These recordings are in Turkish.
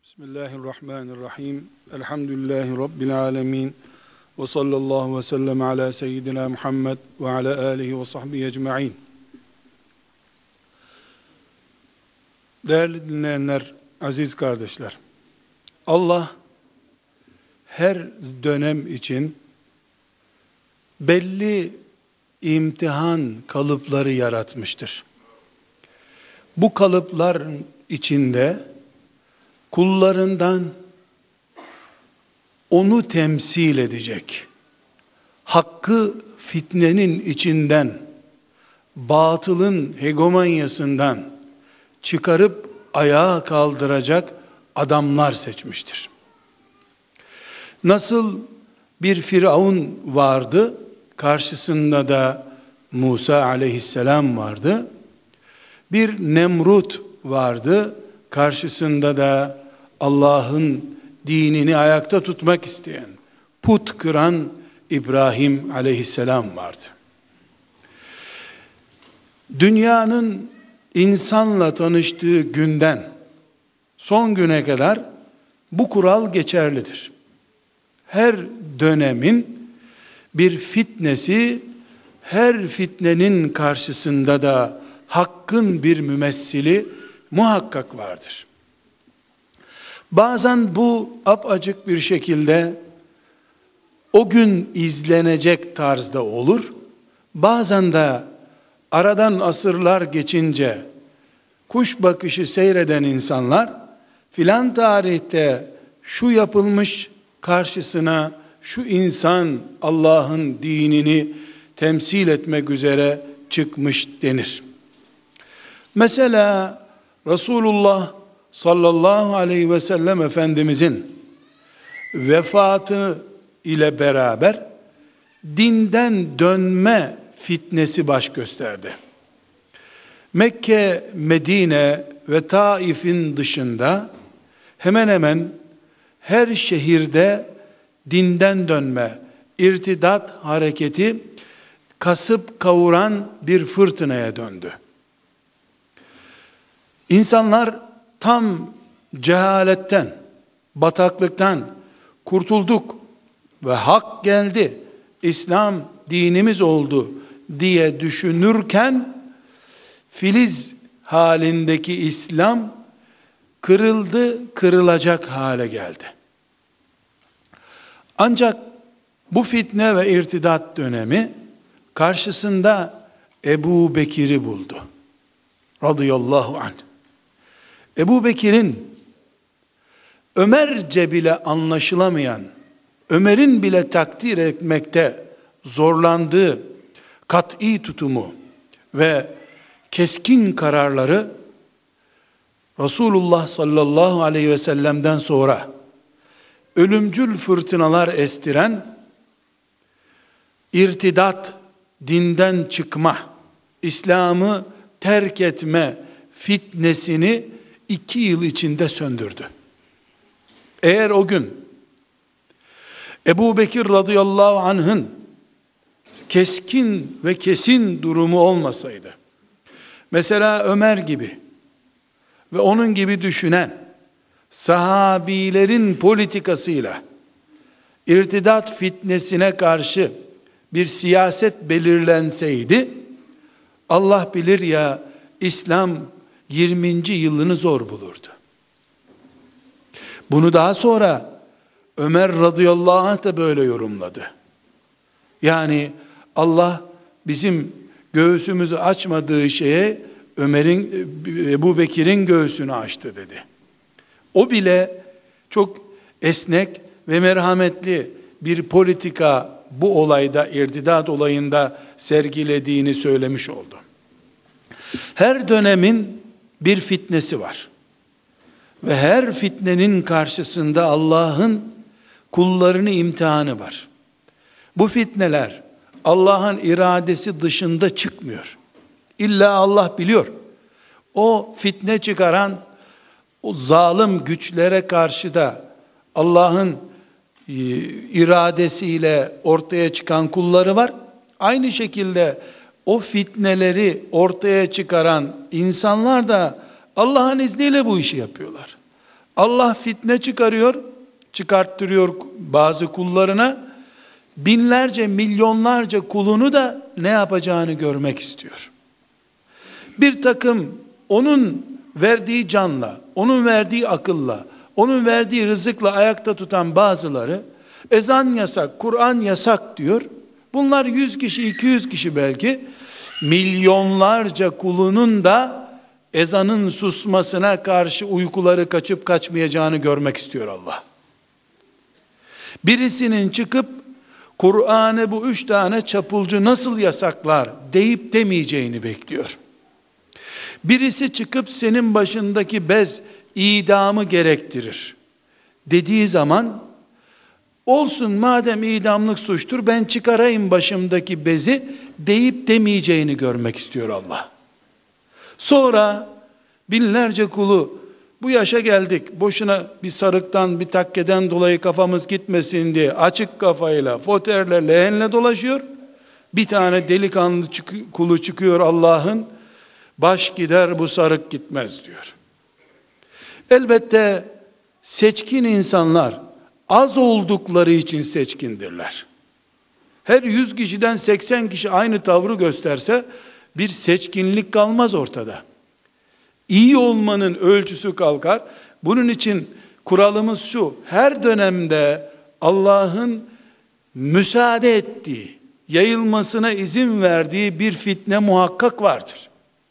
Bismillahirrahmanirrahim. Elhamdülillahi Rabbil alemin. Ve sallallahu ve sellem ala seyyidina Muhammed ve ala alihi ve sahbihi ecma'in. Değerli dinleyenler, aziz kardeşler, Allah her dönem için belli imtihan kalıpları yaratmıştır. Bu kalıpların içinde kullarından onu temsil edecek, hakkı fitnenin içinden, batılın hegemonyasından çıkarıp ayağa kaldıracak adamlar seçmiştir. Nasıl bir Firavun vardı, karşısında da Musa aleyhisselam vardı. Bir Nemrut vardı, karşısında da Allah'ın dinini ayakta tutmak isteyen, put kıran İbrahim aleyhisselam vardı. Dünyanın insanla tanıştığı günden son güne kadar bu kural geçerlidir. Her dönemin bir fitnesi, her fitnenin karşısında da hakkın bir mümessili muhakkak vardır. Bazen bu apaçık bir şekilde o gün izlenecek tarzda olur. Bazen de aradan asırlar geçince kuş bakışı seyreden insanlar filan tarihte şu yapılmış, karşısına şu insan Allah'ın dinini temsil etmek üzere çıkmış denir. Mesela Resulullah sallallahu aleyhi ve sellem Efendimizin vefatı ile beraber dinden dönme fitnesi baş gösterdi. Mekke, Medine ve Taif'in dışında hemen hemen her şehirde dinden dönme, irtidat hareketi kasıp kavuran bir fırtınaya döndü. İnsanlar tam cehaletten, bataklıktan kurtulduk ve hak geldi, İslam dinimiz oldu diye düşünürken filiz halindeki İslam kırıldı, kırılacak hale geldi. Ancak bu fitne ve irtidat dönemi karşısında Ebu Bekir'i buldu. Radıyallahu anh. Ebu Bekir'in Ömerce bile anlaşılamayan, Ömer'in bile takdir etmekte zorlandığı kat'i tutumu ve keskin kararları Resulullah sallallahu aleyhi ve sellem'den sonra ölümcül fırtınalar estiren irtidat, dinden çıkma, İslam'ı terk etme fitnesini 2 yıl içinde söndürdü. Eğer o gün Ebu Bekir radıyallahu anh'ın keskin ve kesin durumu olmasaydı, mesela Ömer gibi ve onun gibi düşünen sahabilerin politikasıyla irtidat fitnesine karşı bir siyaset belirlenseydi, Allah bilir ya, İslam 20. yılını zor bulurdu. Bunu daha sonra Ömer radıyallahu anh da böyle yorumladı. Yani Allah bizim göğsümüzü açmadığı şeye Ebu Bekir'in göğsünü açtı dedi. O bile çok esnek ve merhametli bir politika bu olayda, irtidat olayında sergilediğini söylemiş oldu. Her dönemin bir fitnesi var. Ve her fitnenin karşısında Allah'ın kullarını imtihanı var. Bu fitneler Allah'ın iradesi dışında çıkmıyor. İlla Allah biliyor. O fitne çıkaran o zalim güçlere karşı da Allah'ın iradesiyle ortaya çıkan kulları var. Aynı şekilde o fitneleri ortaya çıkaran insanlar da Allah'ın izniyle bu işi yapıyorlar. Allah fitne çıkarttırıyor bazı kullarına. Binlerce, milyonlarca kulunu da ne yapacağını görmek istiyor. Bir takım onun verdiği canla, onun verdiği akılla, onun verdiği rızıkla ayakta tutan bazıları, ezan yasak, Kur'an yasak diyor. Bunlar 100 kişi, 200 kişi belki, milyonlarca kulunun da ezanın susmasına karşı uykuları kaçıp kaçmayacağını görmek istiyor Allah. Birisinin çıkıp Kur'an'ı bu 3 tane çapulcu nasıl yasaklar deyip demeyeceğini bekliyor. Birisi çıkıp senin başındaki bez idamı gerektirir dediği zaman, olsun madem idamlık suçtur, ben çıkarayım başımdaki bezi deyip demeyeceğini görmek istiyor Allah. Sonra binlerce kulu, bu yaşa geldik, boşuna bir sarıktan, bir takkeden dolayı kafamız gitmesin diye açık kafayla, foterle, leğenle dolaşıyor. Bir tane delikanlı kulu çıkıyor Allah'ın, baş gider bu sarık gitmez diyor. Elbette seçkin insanlar az oldukları için seçkindirler. Her 100 kişiden 80 kişi aynı tavrı gösterse bir seçkinlik kalmaz ortada. İyi olmanın ölçüsü kalkar. Bunun için kuralımız şu: her dönemde Allah'ın müsaade ettiği, yayılmasına izin verdiği bir fitne muhakkak vardır.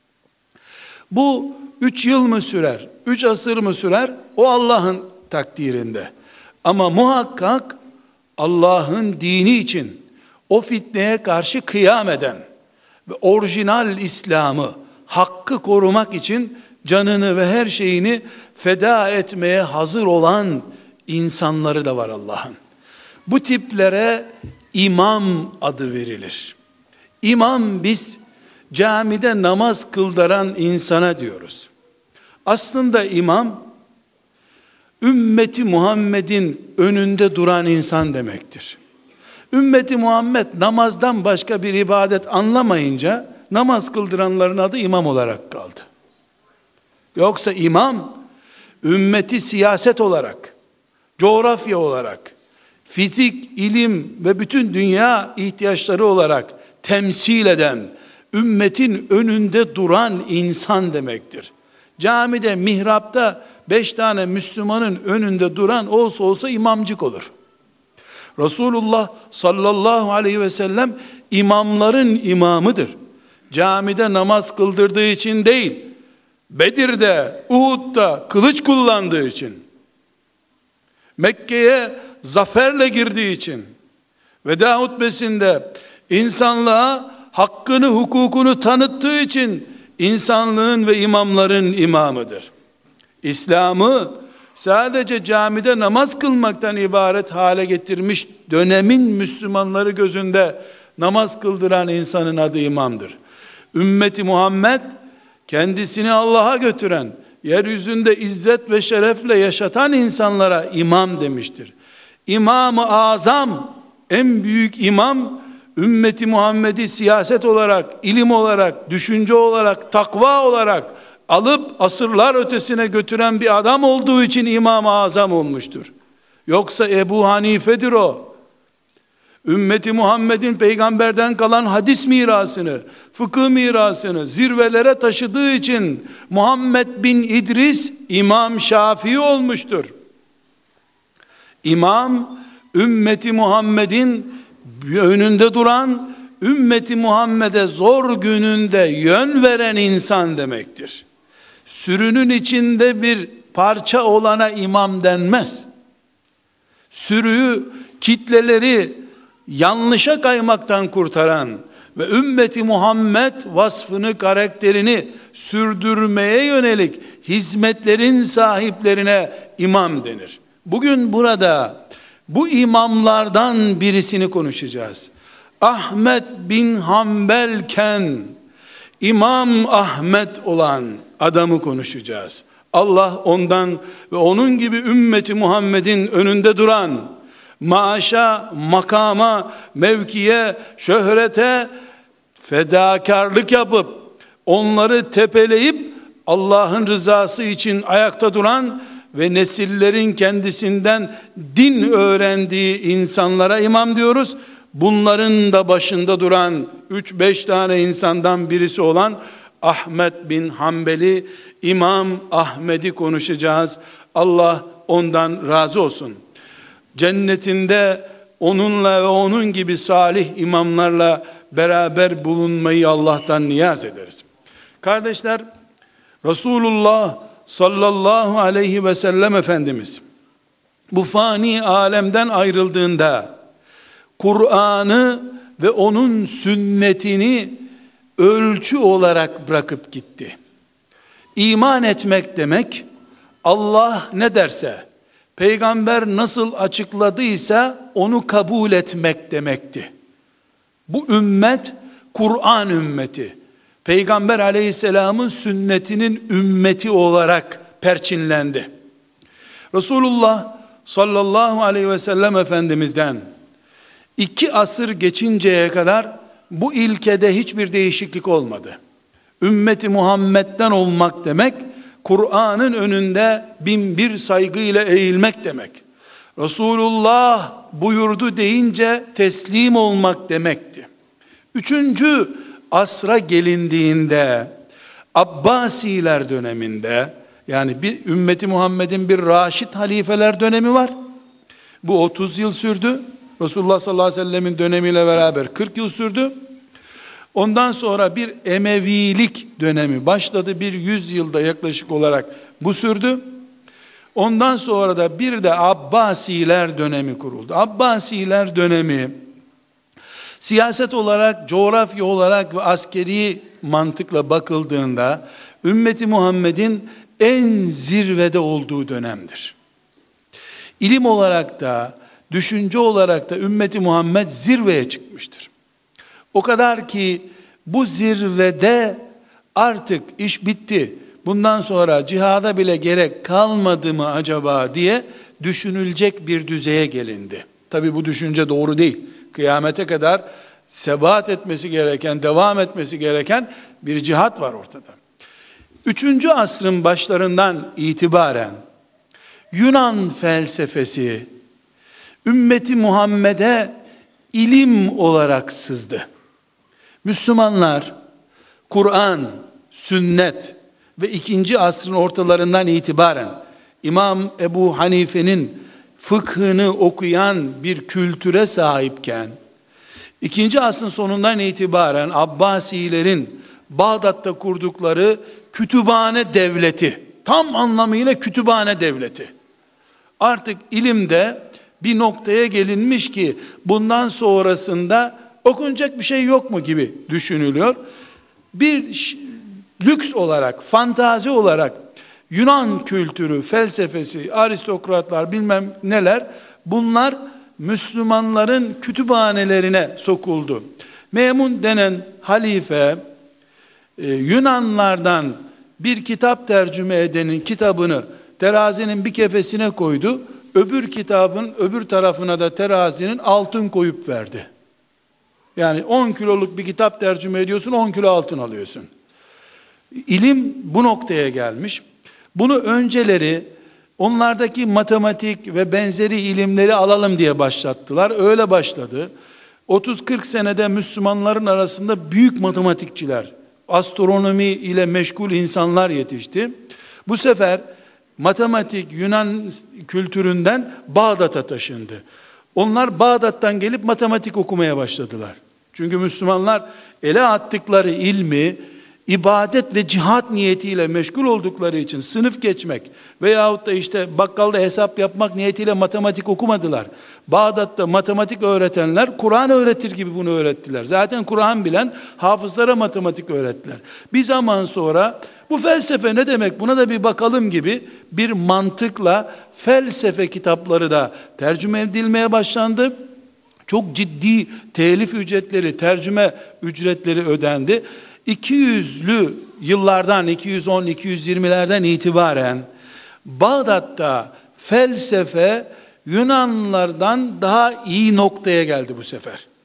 Bu 3 yıl mı sürer, 3 asır mı sürer? O Allah'ın takdirinde. Ama muhakkak Allah'ın dini için o fitneye karşı kıyam eden ve orijinal İslam'ı, hakkı korumak için canını ve her şeyini feda etmeye hazır olan insanları da var Allah'ın. Bu tiplere imam adı verilir. İmam, biz camide namaz kıldıran insana diyoruz. Aslında imam, ümmeti Muhammed'in önünde duran insan demektir. Ümmeti Muhammed namazdan başka bir ibadet anlamayınca namaz kıldıranların adı imam olarak kaldı. Yoksa imam, ümmeti siyaset olarak, coğrafya olarak, fizik, ilim ve bütün dünya ihtiyaçları olarak temsil eden, ümmetin önünde duran insan demektir. Camide, mihrapta 5 tane Müslümanın önünde duran olsa imamcık olur. Resulullah sallallahu aleyhi ve sellem imamların imamıdır. Camide namaz kıldırdığı için değil, Bedir'de, Uhud'da kılıç kullandığı için, Mekke'ye zaferle girdiği için, veda hutbesinde insanlığa hakkını, hukukunu tanıttığı için insanlığın ve imamların imamıdır. İslam'ı sadece camide namaz kılmaktan ibaret hale getirmiş dönemin Müslümanları gözünde namaz kıldıran insanın adı imamdır. Ümmeti Muhammed kendisini Allah'a götüren, yeryüzünde izzet ve şerefle yaşatan insanlara imam demiştir. İmam-ı Azam, en büyük imam, ümmeti Muhammed'i siyaset olarak, ilim olarak, düşünce olarak, takva olarak alıp asırlar ötesine götüren bir adam olduğu için İmam-ı Azam olmuştur. Yoksa Ebu Hanife'dir o. Ümmeti Muhammed'in peygamberden kalan hadis mirasını, fıkıh mirasını zirvelere taşıdığı için Muhammed bin İdris İmam Şafii olmuştur. İmam, ümmeti Muhammed'in önünde duran, ümmeti Muhammed'e zor gününde yön veren insan demektir. Sürünün içinde bir parça olana imam denmez. Sürüyü, kitleleri yanlışa kaymaktan kurtaran ve ümmeti Muhammed vasfını, karakterini sürdürmeye yönelik hizmetlerin sahiplerine imam denir. Bugün burada bu imamlardan birisini konuşacağız. Ahmet bin Hanbelken İmam Ahmet olan adamı konuşacağız. Allah ondan ve onun gibi ümmeti Muhammed'in önünde duran, maaşa, makama, mevkiye, şöhrete fedakarlık yapıp onları tepeleyip Allah'ın rızası için ayakta duran ve nesillerin kendisinden din öğrendiği insanlara imam diyoruz. Bunların da başında duran 3-5 tane insandan birisi olan Ahmed bin Hanbel'i, İmam Ahmed'i konuşacağız. Allah ondan razı olsun. Cennetinde onunla ve onun gibi salih imamlarla beraber bulunmayı Allah'tan niyaz ederiz. Kardeşler, Resulullah sallallahu aleyhi ve sellem Efendimiz bu fani alemden ayrıldığında Kur'an'ı ve onun sünnetini ölçü olarak bırakıp gitti. İman etmek demek, Allah ne derse, peygamber nasıl açıkladıysa onu kabul etmek demekti. Bu ümmet Kur'an ümmeti, Peygamber aleyhisselamın sünnetinin ümmeti olarak perçinlendi. Resulullah sallallahu aleyhi ve sellem Efendimiz'den 2 asır geçinceye kadar bu ilkede hiçbir değişiklik olmadı. Ümmeti Muhammed'den olmak demek, Kur'an'ın önünde binbir saygıyla eğilmek demek. Resulullah buyurdu deyince teslim olmak demekti. 3. asra gelindiğinde, Abbasiler döneminde, yani bir ümmeti Muhammed'in bir Raşid halifeler dönemi var. Bu 30 yıl sürdü. Resulullah sallallahu aleyhi ve sellemin dönemiyle beraber 40 yıl sürdü. Ondan sonra bir Emevilik dönemi başladı. Bir 100 yılda yaklaşık olarak bu sürdü. Ondan sonra da bir de Abbasiler dönemi kuruldu. Abbasiler dönemi siyaset olarak, coğrafya olarak ve askeri mantıkla bakıldığında ümmeti Muhammed'in en zirvede olduğu dönemdir. İlim olarak da, düşünce olarak da ümmeti Muhammed zirveye çıkmıştır. O kadar ki bu zirvede artık iş bitti, bundan sonra cihada bile gerek kalmadı mı acaba diye düşünülecek bir düzeye gelindi. Tabi bu düşünce doğru değil. Kıyamete kadar sebat etmesi gereken, devam etmesi gereken bir cihat var ortada. 3. asrın başlarından itibaren Yunan felsefesi ümmeti Muhammed'e ilim olarak sızdı. Müslümanlar Kur'an, sünnet ve 2. asrın ortalarından itibaren İmam Ebu Hanife'nin fıkhını okuyan bir kültüre sahipken, 2. asrın sonundan itibaren Abbasilerin Bağdat'ta kurdukları kütüphane devleti, tam anlamıyla kütüphane devleti, artık ilimde bir noktaya gelinmiş ki bundan sonrasında okunacak bir şey yok mu gibi düşünülüyor. Bir lüks olarak, fantazi olarak Yunan kültürü, felsefesi, aristokratlar bilmem neler, bunlar Müslümanların kütüphanelerine sokuldu. Memun denen halife Yunanlardan bir kitap tercüme edenin kitabını terazinin bir kefesine koydu. Öbür kitabın öbür tarafına da terazinin altın koyup verdi. Yani 10 kiloluk bir kitap tercüme ediyorsun, 10 kilo altın alıyorsun. İlim bu noktaya gelmiş. Bunu önceleri onlardaki matematik ve benzeri ilimleri alalım diye başlattılar. Öyle başladı. 30-40 senede Müslümanların arasında büyük matematikçiler, astronomi ile meşgul insanlar yetişti. Bu sefer matematik Yunan kültüründen Bağdat'a taşındı. Onlar Bağdat'tan gelip matematik okumaya başladılar. Çünkü Müslümanlar ele attıkları ilmi ibadet ve cihat niyetiyle meşgul oldukları için sınıf geçmek veyahut da işte bakkalda hesap yapmak niyetiyle matematik okumadılar. Bağdat'ta matematik öğretenler Kur'an öğretir gibi bunu öğrettiler. Zaten Kur'an bilen hafızlara matematik öğrettiler. Bir zaman sonra bu felsefe ne demek, buna da bir bakalım gibi bir mantıkla felsefe kitapları da tercüme edilmeye başlandı. Çok ciddi telif ücretleri, tercüme ücretleri ödendi. 200'lü yıllardan, 210-220'lerden itibaren Bağdat'ta felsefe Yunanlardan daha iyi noktaya geldi bu sefer.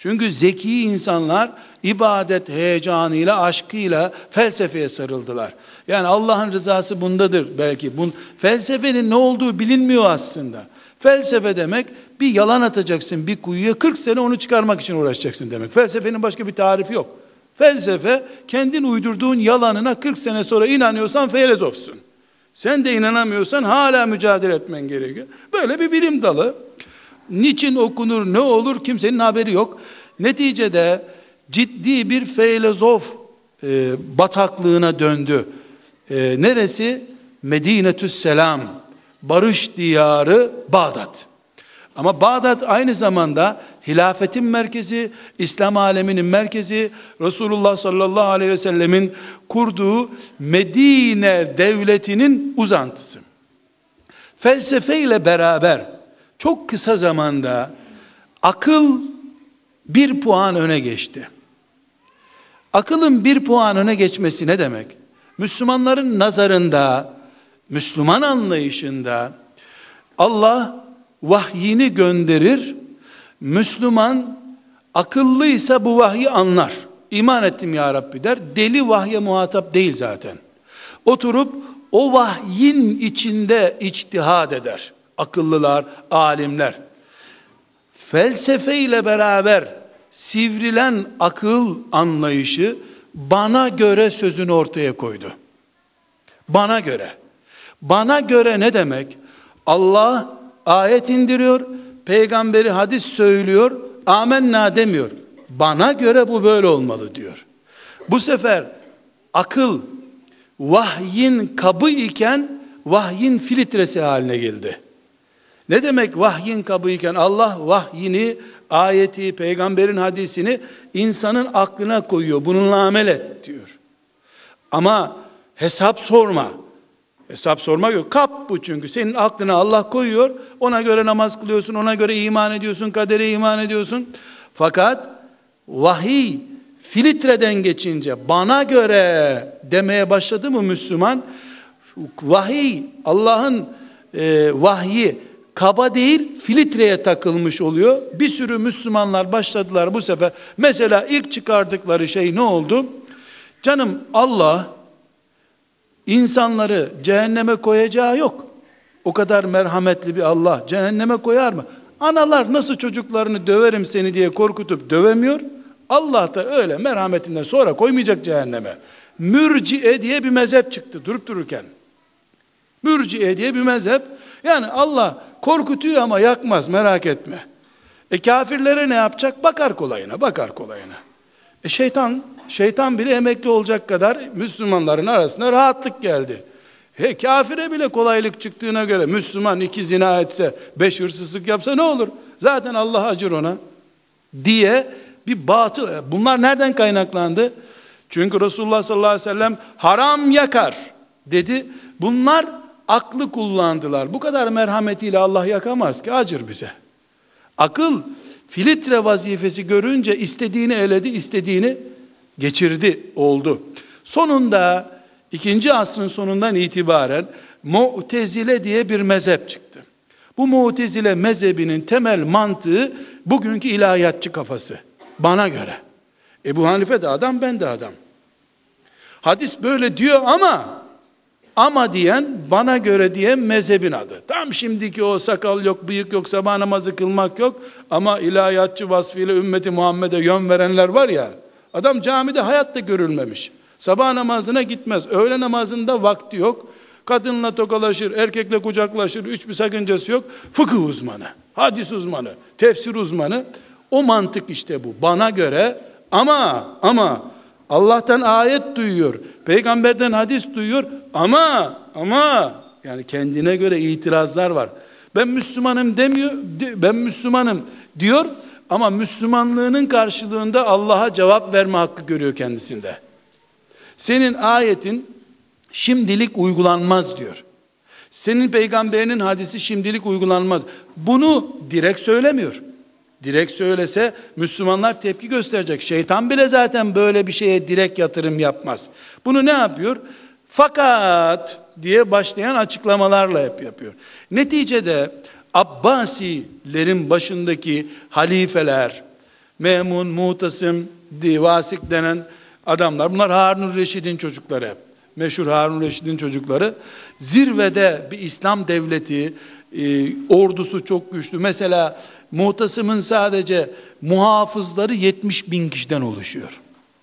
Çünkü zeki insanlar ibadet heyecanıyla, aşkıyla felsefeye sarıldılar. Yani Allah'ın rızası bundadır belki. Felsefenin ne olduğu bilinmiyor aslında. Felsefe demek bir yalan atacaksın bir kuyuya, 40 sene onu çıkarmak için uğraşacaksın demek. Felsefenin başka bir tarifi yok. Felsefe kendin uydurduğun yalanına 40 sene sonra inanıyorsan filozofsun. Sen de inanamıyorsan hala mücadele etmen gerekiyor. Böyle bir bilim dalı. Niçin okunur, ne olur kimsenin haberi yok. Neticede ciddi bir filozof bataklığına döndü. Neresi? Medinetüsselam, barış diyarı Bağdat. Ama Bağdat aynı zamanda hilafetin merkezi, İslam aleminin merkezi, Resulullah sallallahu aleyhi ve sellemin kurduğu Medine devletinin uzantısı. Felsefe ile beraber çok kısa zamanda akıl 1 puan öne geçti. Akılın 1 puan öne geçmesi ne demek? Müslümanların nazarında, Müslüman anlayışında Allah vahyini gönderir. Müslüman akıllıysa bu vahyi anlar. İman ettim ya Rabbi der. Deli vahye muhatap değil zaten. Oturup o vahyin içinde içtihad eder. Akıllılar, alimler. Felsefe ile beraber sivrilen akıl anlayışı bana göre sözünü ortaya koydu. Bana göre. Bana göre ne demek? Allah ayet indiriyor, peygamberi hadis söylüyor, amenna demiyor. Bana göre bu böyle olmalı diyor. Bu sefer akıl vahyin kabı iken vahyin filtresi haline geldi. Ne demek vahyin kabı iken? Allah vahyini, ayeti, peygamberin hadisini insanın aklına koyuyor. Bununla amel et diyor. Ama hesap sorma. Hesap sormak yok. Kap bu çünkü. Senin aklına Allah koyuyor. Ona göre namaz kılıyorsun. Ona göre iman ediyorsun. Kadere iman ediyorsun. Fakat vahiy filtreden geçince bana göre demeye başladı mı Müslüman? Vahiy, Allah'ın vahyi kaba değil filtreye takılmış oluyor. Bir sürü Müslümanlar başladılar bu sefer. Mesela ilk çıkardıkları şey ne oldu? Canım Allah insanları cehenneme koyacağı yok. O kadar merhametli bir Allah cehenneme koyar mı? Analar nasıl çocuklarını döverim seni diye korkutup dövemiyor. Allah da öyle merhametinden sonra koymayacak cehenneme. Mürciye diye bir mezhep çıktı durup dururken. Mürciye diye bir mezhep. Yani Allah korkutuyor ama yakmaz, merak etme. Kafirlere ne yapacak? Bakar kolayına. Şeytan bile emekli olacak kadar Müslümanların arasına rahatlık geldi. Kafire bile kolaylık çıktığına göre Müslüman 2 zina etse, 5 hırsızlık yapsa ne olur? Zaten Allah acır ona diye bir batıl. Bunlar nereden kaynaklandı? Çünkü Resulullah sallallahu aleyhi ve sellem haram yakar dedi. Bunlar aklı kullandılar. Bu kadar merhametiyle Allah yakamaz ki, acır bize. Akıl filtre vazifesi görünce istediğini eledi, istediğini geçirdi, oldu. Sonunda 2. asrın sonundan itibaren Mu'tezile diye bir mezhep çıktı. Bu Mu'tezile mezhebinin temel mantığı bugünkü ilahiyatçı kafası. Bana göre. Ebu Hanife de adam, ben de adam. Hadis böyle diyor ama diyen, bana göre diyen mezhebin adı. Tam şimdiki o sakal yok, bıyık yok, sabah namazı kılmak yok ama ilahiyatçı vasfıyla ümmeti Muhammed'e yön verenler var ya, adam camide hayatta görülmemiş. Sabah namazına gitmez, öğle namazında vakti yok. Kadınla tokalaşır, erkekle kucaklaşır, hiçbir sakıncası yok. Fıkıh uzmanı, hadis uzmanı, tefsir uzmanı. O mantık işte bu. Bana göre ama Allah'tan ayet duyuyor, peygamberden hadis duyuyor ama yani kendine göre itirazlar var. Ben Müslümanım demiyor, ben Müslümanım diyor ama Müslümanlığının karşılığında Allah'a cevap verme hakkı görüyor kendisinde. Senin ayetin şimdilik uygulanmaz diyor. Senin peygamberinin hadisi şimdilik uygulanmaz. Bunu direkt söylemiyor. Direkt söylese Müslümanlar tepki gösterecek. Şeytan bile zaten böyle bir şeye direkt yatırım yapmaz. Bunu ne yapıyor? Fakat diye başlayan açıklamalarla hep yapıyor. Neticede Abbasilerin başındaki halifeler, Memun, Mu'tasim, Vasık denen adamlar. Bunlar Harun Reşid'in çocukları hep. Meşhur Harun Reşid'in çocukları. Zirvede bir İslam devleti, ordusu çok güçlü. Mesela Mu'tasim'in sadece muhafızları 70 bin kişiden oluşuyor.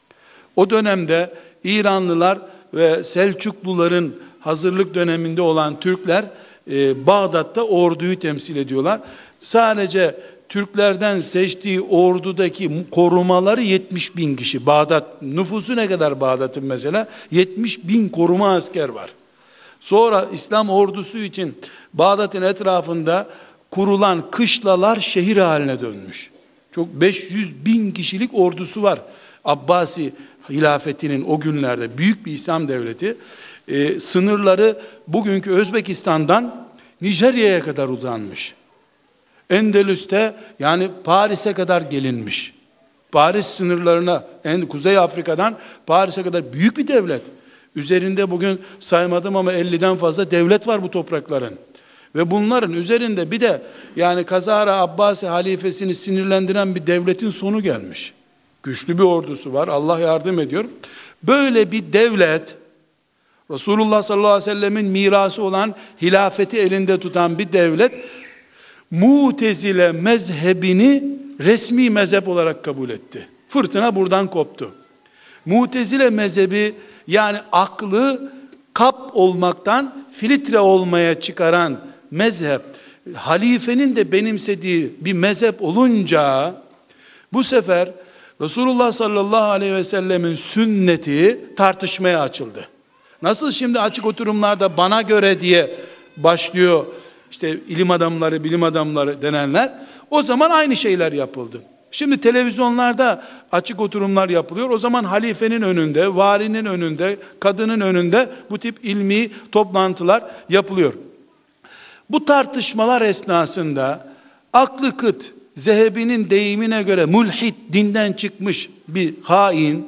O dönemde İranlılar ve Selçukluların hazırlık döneminde olan Türkler Bağdat'ta orduyu temsil ediyorlar. Sadece Türklerden seçtiği ordudaki korumaları 70 bin kişi. Bağdat nüfusu ne kadar Bağdat'ın mesela? 70 bin koruma asker var. Sonra İslam ordusu için Bağdat'ın etrafında kurulan kışlalar şehir haline dönmüş. Çok 500 bin kişilik ordusu var. Abbasi hilafetinin o günlerde büyük bir İslam devleti. Sınırları bugünkü Özbekistan'dan Nijerya'ya kadar uzanmış. Endülüs'te yani Paris'e kadar gelinmiş. Paris sınırlarına, Kuzey Afrika'dan Paris'e kadar büyük bir devlet. Üzerinde bugün saymadım ama 50'den fazla devlet var bu toprakların. Ve bunların üzerinde bir de yani Kazara Abbasi halifesini sinirlendiren bir devletin sonu gelmiş. Güçlü bir ordusu var. Allah yardım ediyor. Böyle bir devlet, Resulullah sallallahu aleyhi ve sellemin mirası olan hilafeti elinde tutan bir devlet, Mu'tezile mezhebini resmi mezhep olarak kabul etti. Fırtına buradan koptu. Mu'tezile mezhebi yani aklı kap olmaktan filtre olmaya çıkaran mezhep, halifenin de benimsediği bir mezhep olunca bu sefer Resulullah sallallahu aleyhi ve sellemin sünneti tartışmaya açıldı. Nasıl şimdi açık oturumlarda bana göre diye başlıyor işte ilim adamları, bilim adamları denenler, o zaman aynı şeyler yapıldı. Şimdi televizyonlarda açık oturumlar yapılıyor. O zaman halifenin önünde, valinin önünde, kadının önünde bu tip ilmi toplantılar yapılıyor. Bu tartışmalar esnasında aklı kıt, Zehebi'nin deyimine göre mulhid, dinden çıkmış bir hain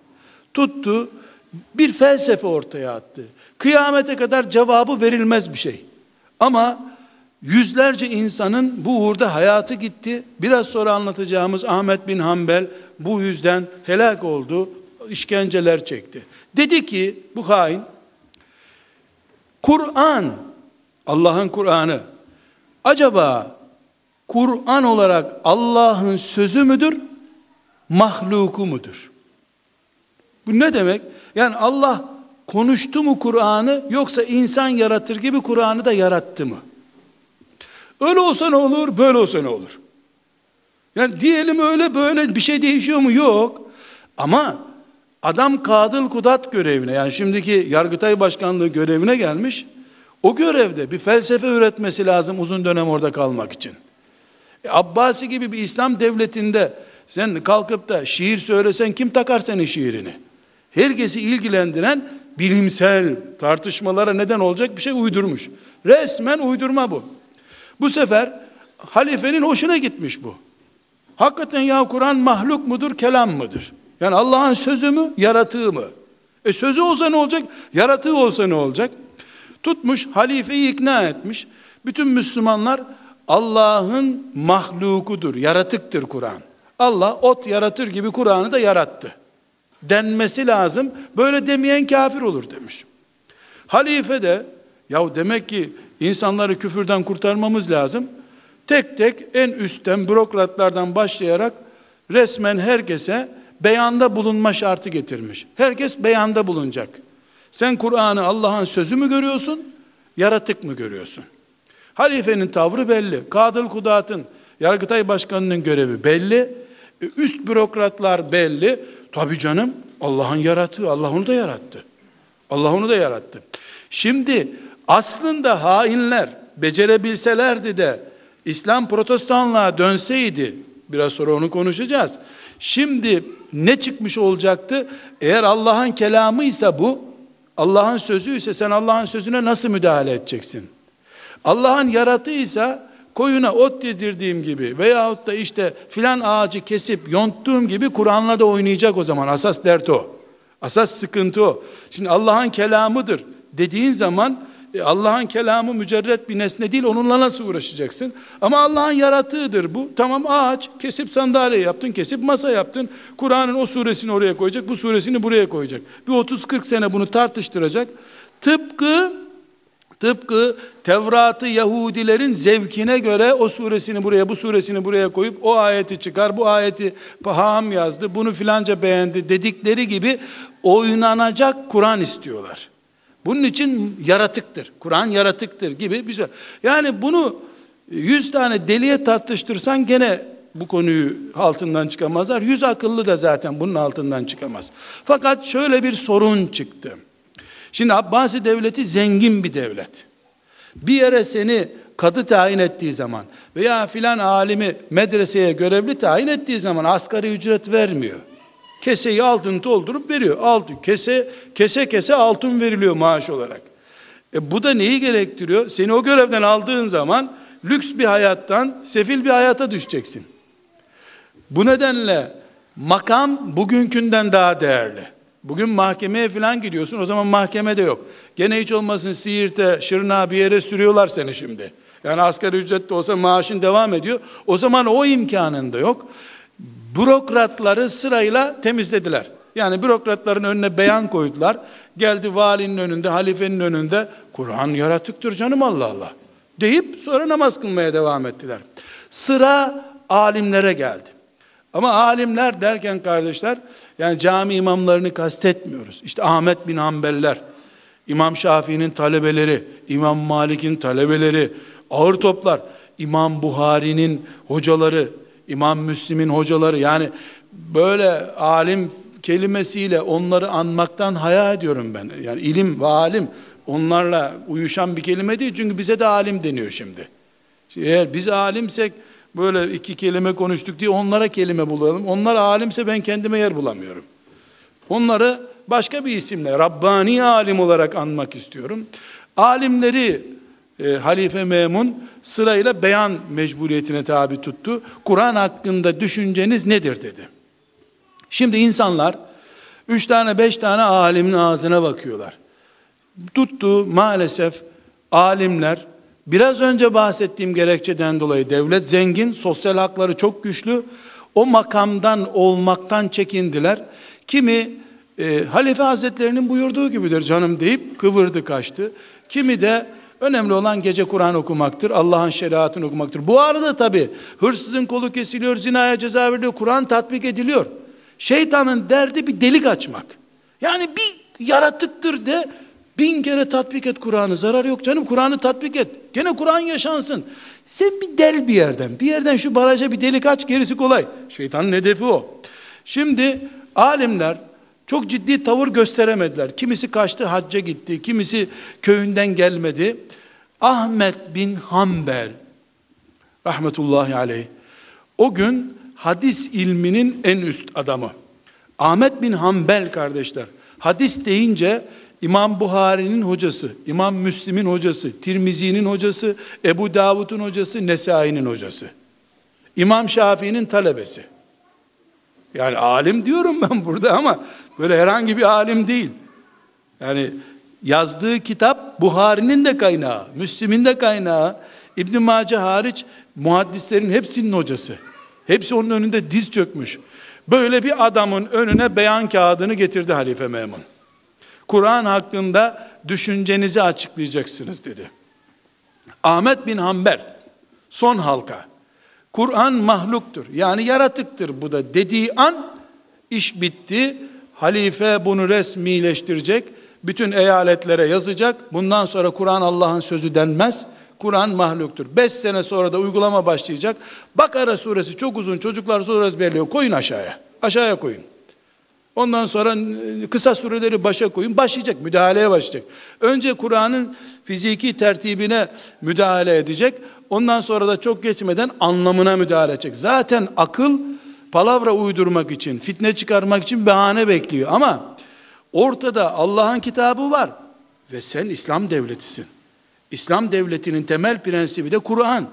tuttu, bir felsefe ortaya attı. Kıyamete kadar cevabı verilmez bir şey. Ama yüzlerce insanın bu uğurda hayatı gitti. Biraz sonra anlatacağımız Ahmet bin Hanbel bu yüzden helak oldu, işkenceler çekti. Dedi ki bu hain, Kur'an, Allah'ın Kur'an'ı acaba Kur'an olarak Allah'ın sözü müdür, mahluku mudur? Bu ne demek? Yani Allah konuştu mu Kur'an'ı, yoksa insan yaratır gibi Kur'an'ı da yarattı mı? Öyle olsa ne olur, böyle olsa ne olur? Yani diyelim öyle böyle bir şey değişiyor mu? Yok. Ama adam Kadıl Kudat görevine, yani şimdiki Yargıtay Başkanlığı görevine gelmiş. O görevde bir felsefe üretmesi lazım uzun dönem orada kalmak için. Abbasi gibi bir İslam devletinde sen kalkıp da şiir söylesen kim takar senin şiirini? Herkesi ilgilendiren bilimsel tartışmalara neden olacak bir şey uydurmuş. Resmen uydurma bu. Bu sefer halifenin hoşuna gitmiş bu. Hakikaten ya Kur'an mahluk mudur, kelam mıdır? Yani Allah'ın sözü mü, yaratığı mı? Sözü olsa ne olacak? Yaratığı olsa ne olacak? Tutmuş halifeyi ikna etmiş. Bütün Müslümanlar Allah'ın mahlukudur, yaratıktır Kur'an. Allah ot yaratır gibi Kur'an'ı da yarattı denmesi lazım. Böyle demeyen kafir olur demiş. Halife de ya demek ki insanları küfürden kurtarmamız lazım. Tek tek en üstten bürokratlardan başlayarak resmen herkese beyanda bulunma şartı getirmiş. Herkes beyanda bulunacak. Sen Kur'an'ı Allah'ın sözü mü görüyorsun, yaratık mı görüyorsun? Halifenin tavrı belli. Kadıl Kudat'ın, Yargıtay Başkanı'nın görevi belli. Üst bürokratlar belli. Tabii canım, Allah'ın yaratığı, Allah onu da yarattı. Allah onu da yarattı. Şimdi aslında hainler becerebilselerdi de İslam protestanlığa dönseydi, biraz sonra onu konuşacağız. Şimdi ne çıkmış olacaktı? Eğer Allah'ın kelamıysa bu, Allah'ın sözüyse sen Allah'ın sözüne nasıl müdahale edeceksin? Allah'ın yaratığıysa koyuna ot yedirdiğim gibi veyahut da işte filan ağacı kesip yonttuğum gibi Kur'an'la da oynayacak o zaman. Asas dert o. Asas sıkıntı o. Şimdi Allah'ın kelamıdır dediğin zaman Allah'ın kelamı mücerret bir nesne değil, onunla nasıl uğraşacaksın? Ama Allah'ın yaratığıdır bu. Tamam, ağaç, kesip sandalye yaptın, kesip masa yaptın. Kur'an'ın o suresini oraya koyacak, bu suresini buraya koyacak. Bir 30-40 sene bunu tartıştıracak. Tıpkı Tevrat'ı Yahudilerin zevkine göre o suresini buraya, bu suresini buraya koyup o ayeti çıkar, bu ayeti Paham yazdı, bunu filanca beğendi dedikleri gibi oynanacak Kur'an istiyorlar. Bunun için yaratıktır. Kur'an yaratıktır gibi bir şey. Yani bunu 100 tane deliye tartıştırsan gene bu konuyu altından çıkamazlar. 100 akıllı da zaten bunun altından çıkamaz. Fakat şöyle bir sorun çıktı. Şimdi Abbasi devleti zengin bir devlet. Bir yere seni kadı tayin ettiği zaman veya filan alimi medreseye görevli tayin ettiği zaman asgari ücret vermiyor. Keseyi altın doldurup veriyor. Kese altın veriliyor maaş olarak. Bu da neyi gerektiriyor? Seni o görevden aldığın zaman lüks bir hayattan sefil bir hayata düşeceksin. Bu nedenle makam bugünkünden daha değerli. Bugün mahkemeye falan gidiyorsun, o zaman mahkemede yok. Gene hiç olmasın Siirt'e, Şırnak'a bir yere sürüyorlar seni şimdi. Yani asgari ücret de olsa maaşın devam ediyor. O zaman o imkanın da yok. Bürokratları sırayla temizlediler. Yani bürokratların önüne beyan koydular. Geldi valinin önünde, halifenin önünde, Kur'an yaratıktır canım, Allah Allah deyip sonra namaz kılmaya devam ettiler. Sıra alimlere geldi. Ama alimler derken kardeşler, yani cami imamlarını kastetmiyoruz. İşte Ahmet bin Hanbeliler, İmam Şafii'nin talebeleri, İmam Malik'in talebeleri, ağır toplar, İmam Buhari'nin hocaları, İmam Müslim'in hocaları, yani böyle alim kelimesiyle onları anmaktan haya ediyorum ben. Yani ilim ve alim onlarla uyuşan bir kelime değil, çünkü bize de alim deniyor şimdi. Eğer biz alimsek böyle iki kelime konuştuk diye onlara kelime bulalım. Onlar alimse ben kendime yer bulamıyorum. Onları başka bir isimle, Rabbani alim olarak anmak istiyorum. Alimleri Halife Memun sırayla beyan mecburiyetine tabi tuttu. Kur'an hakkında düşünceniz nedir dedi. Şimdi insanlar 3 tane 5 tane alimin ağzına bakıyorlar. Tuttu maalesef alimler, biraz önce bahsettiğim gerekçeden dolayı devlet zengin, sosyal hakları çok güçlü, o makamdan olmaktan çekindiler. Kimi Halife Hazretlerinin buyurduğu gibidir canım deyip kıvırdı kaçtı. Kimi de önemli olan gece Kur'an okumaktır, Allah'ın şeriatını okumaktır. Bu arada tabi hırsızın kolu kesiliyor, zinaya ceza veriliyor, Kur'an tatbik ediliyor. Şeytanın derdi bir delik açmak. Yani bir yaratıktır de 1000 kere tatbik et Kur'an'ı, zarar yok canım, Kur'an'ı tatbik et. Gene Kur'an yaşansın. Sen bir del bir yerden şu baraja bir delik aç, gerisi kolay. Şeytanın hedefi o. Şimdi alimler çok ciddi tavır gösteremediler. Kimisi kaçtı, hacca gitti, kimisi köyünden gelmedi. Ahmet bin Hanbel rahmetullahi aleyh o gün hadis ilminin en üst adamı. Ahmet bin Hanbel kardeşler, hadis deyince İmam Buhari'nin hocası, İmam Müslim'in hocası, Tirmizi'nin hocası, Ebu Davud'un hocası, Nesai'nin hocası. İmam Şafii'nin talebesi. Yani alim diyorum ben burada ama böyle herhangi bir alim değil. Yani yazdığı kitap Buhari'nin de kaynağı, Müslim'in de kaynağı, İbn Mace hariç muhaddislerin hepsinin hocası. Hepsi onun önünde diz çökmüş. Böyle bir adamın önüne beyan kağıdını getirdi Halife Memun. Kur'an hakkında düşüncenizi açıklayacaksınız dedi. Ahmet bin Hanbel son halka. Kur'an mahluktur, yani yaratıktır bu da dediği an iş bitti. Halife bunu resmileştirecek, bütün eyaletlere yazacak. Bundan sonra Kur'an Allah'ın sözü denmez, Kur'an mahluktur. 5 sene sonra da uygulama başlayacak. Bakara suresi çok uzun, çocuklar zor ezberliyor, koyun aşağıya koyun. Ondan sonra kısa sureleri başa koyun, başlayacak, müdahaleye başlayacak. Önce Kur'an'ın fiziki tertibine müdahale edecek. Ondan sonra da çok geçmeden anlamına müdahale edecek. Zaten akıl palavra uydurmak için, fitne çıkarmak için bahane bekliyor. Ama ortada Allah'ın kitabı var ve sen İslam devletisin. İslam devletinin temel prensibi de Kur'an.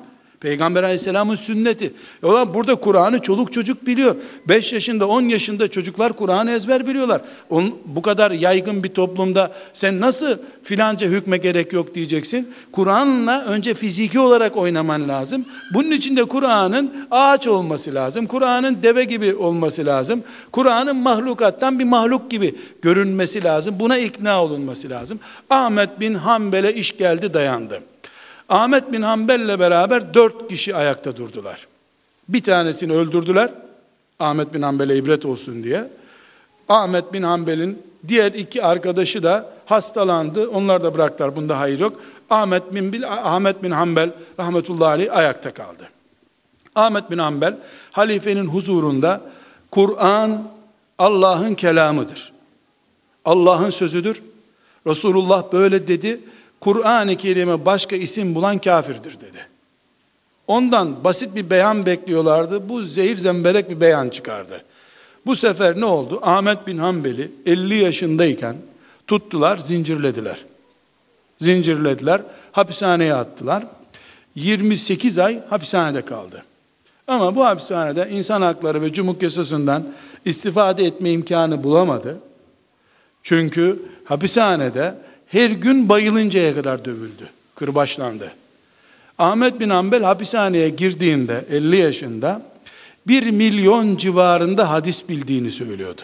Peygamber aleyhisselamın sünneti. Ulan burada Kur'an'ı çoluk çocuk biliyor. 5 yaşında 10 yaşında çocuklar Kur'an'ı ezber biliyorlar. Bu kadar yaygın bir toplumda sen nasıl filanca hükme gerek yok diyeceksin. Kur'an'la önce fiziki olarak oynaman lazım. Bunun için de Kur'an'ın ağaç olması lazım. Kur'an'ın deve gibi olması lazım. Kur'an'ın mahlukattan bir mahluk gibi görünmesi lazım. Buna ikna olunması lazım. Ahmet bin Hanbel'e iş geldi, dayandı. Ahmet bin Hanbel'le beraber 4 kişi ayakta durdular. Bir tanesini öldürdüler. Ahmet bin Hanbel'e ibret olsun diye. Ahmet bin Hanbel'in diğer 2 arkadaşı da hastalandı. Onlar da bıraktılar. Bunda hayır yok. Ahmet bin Hanbel rahmetullahi aleyh ayakta kaldı. Ahmet bin Hanbel halifenin huzurunda Kur'an Allah'ın kelamıdır. Allah'ın sözüdür. Resulullah böyle dedi. Kur'an-ı Kerim'e başka isim bulan kafirdir dedi. Ondan basit bir beyan bekliyorlardı. Bu zehir zemberek bir beyan çıkardı. Bu sefer ne oldu? Ahmet bin Hanbel'i 50 yaşındayken tuttular, zincirlediler, hapishaneye attılar. 28 ay hapishanede kaldı. Ama bu hapishanede insan hakları ve cumhur yasasından istifade etme imkanı bulamadı. Çünkü hapishanede her gün bayılıncaya kadar dövüldü, kırbaçlandı. Ahmet bin Hanbel hapishaneye girdiğinde 50 yaşında 1 milyon civarında hadis bildiğini söylüyordu.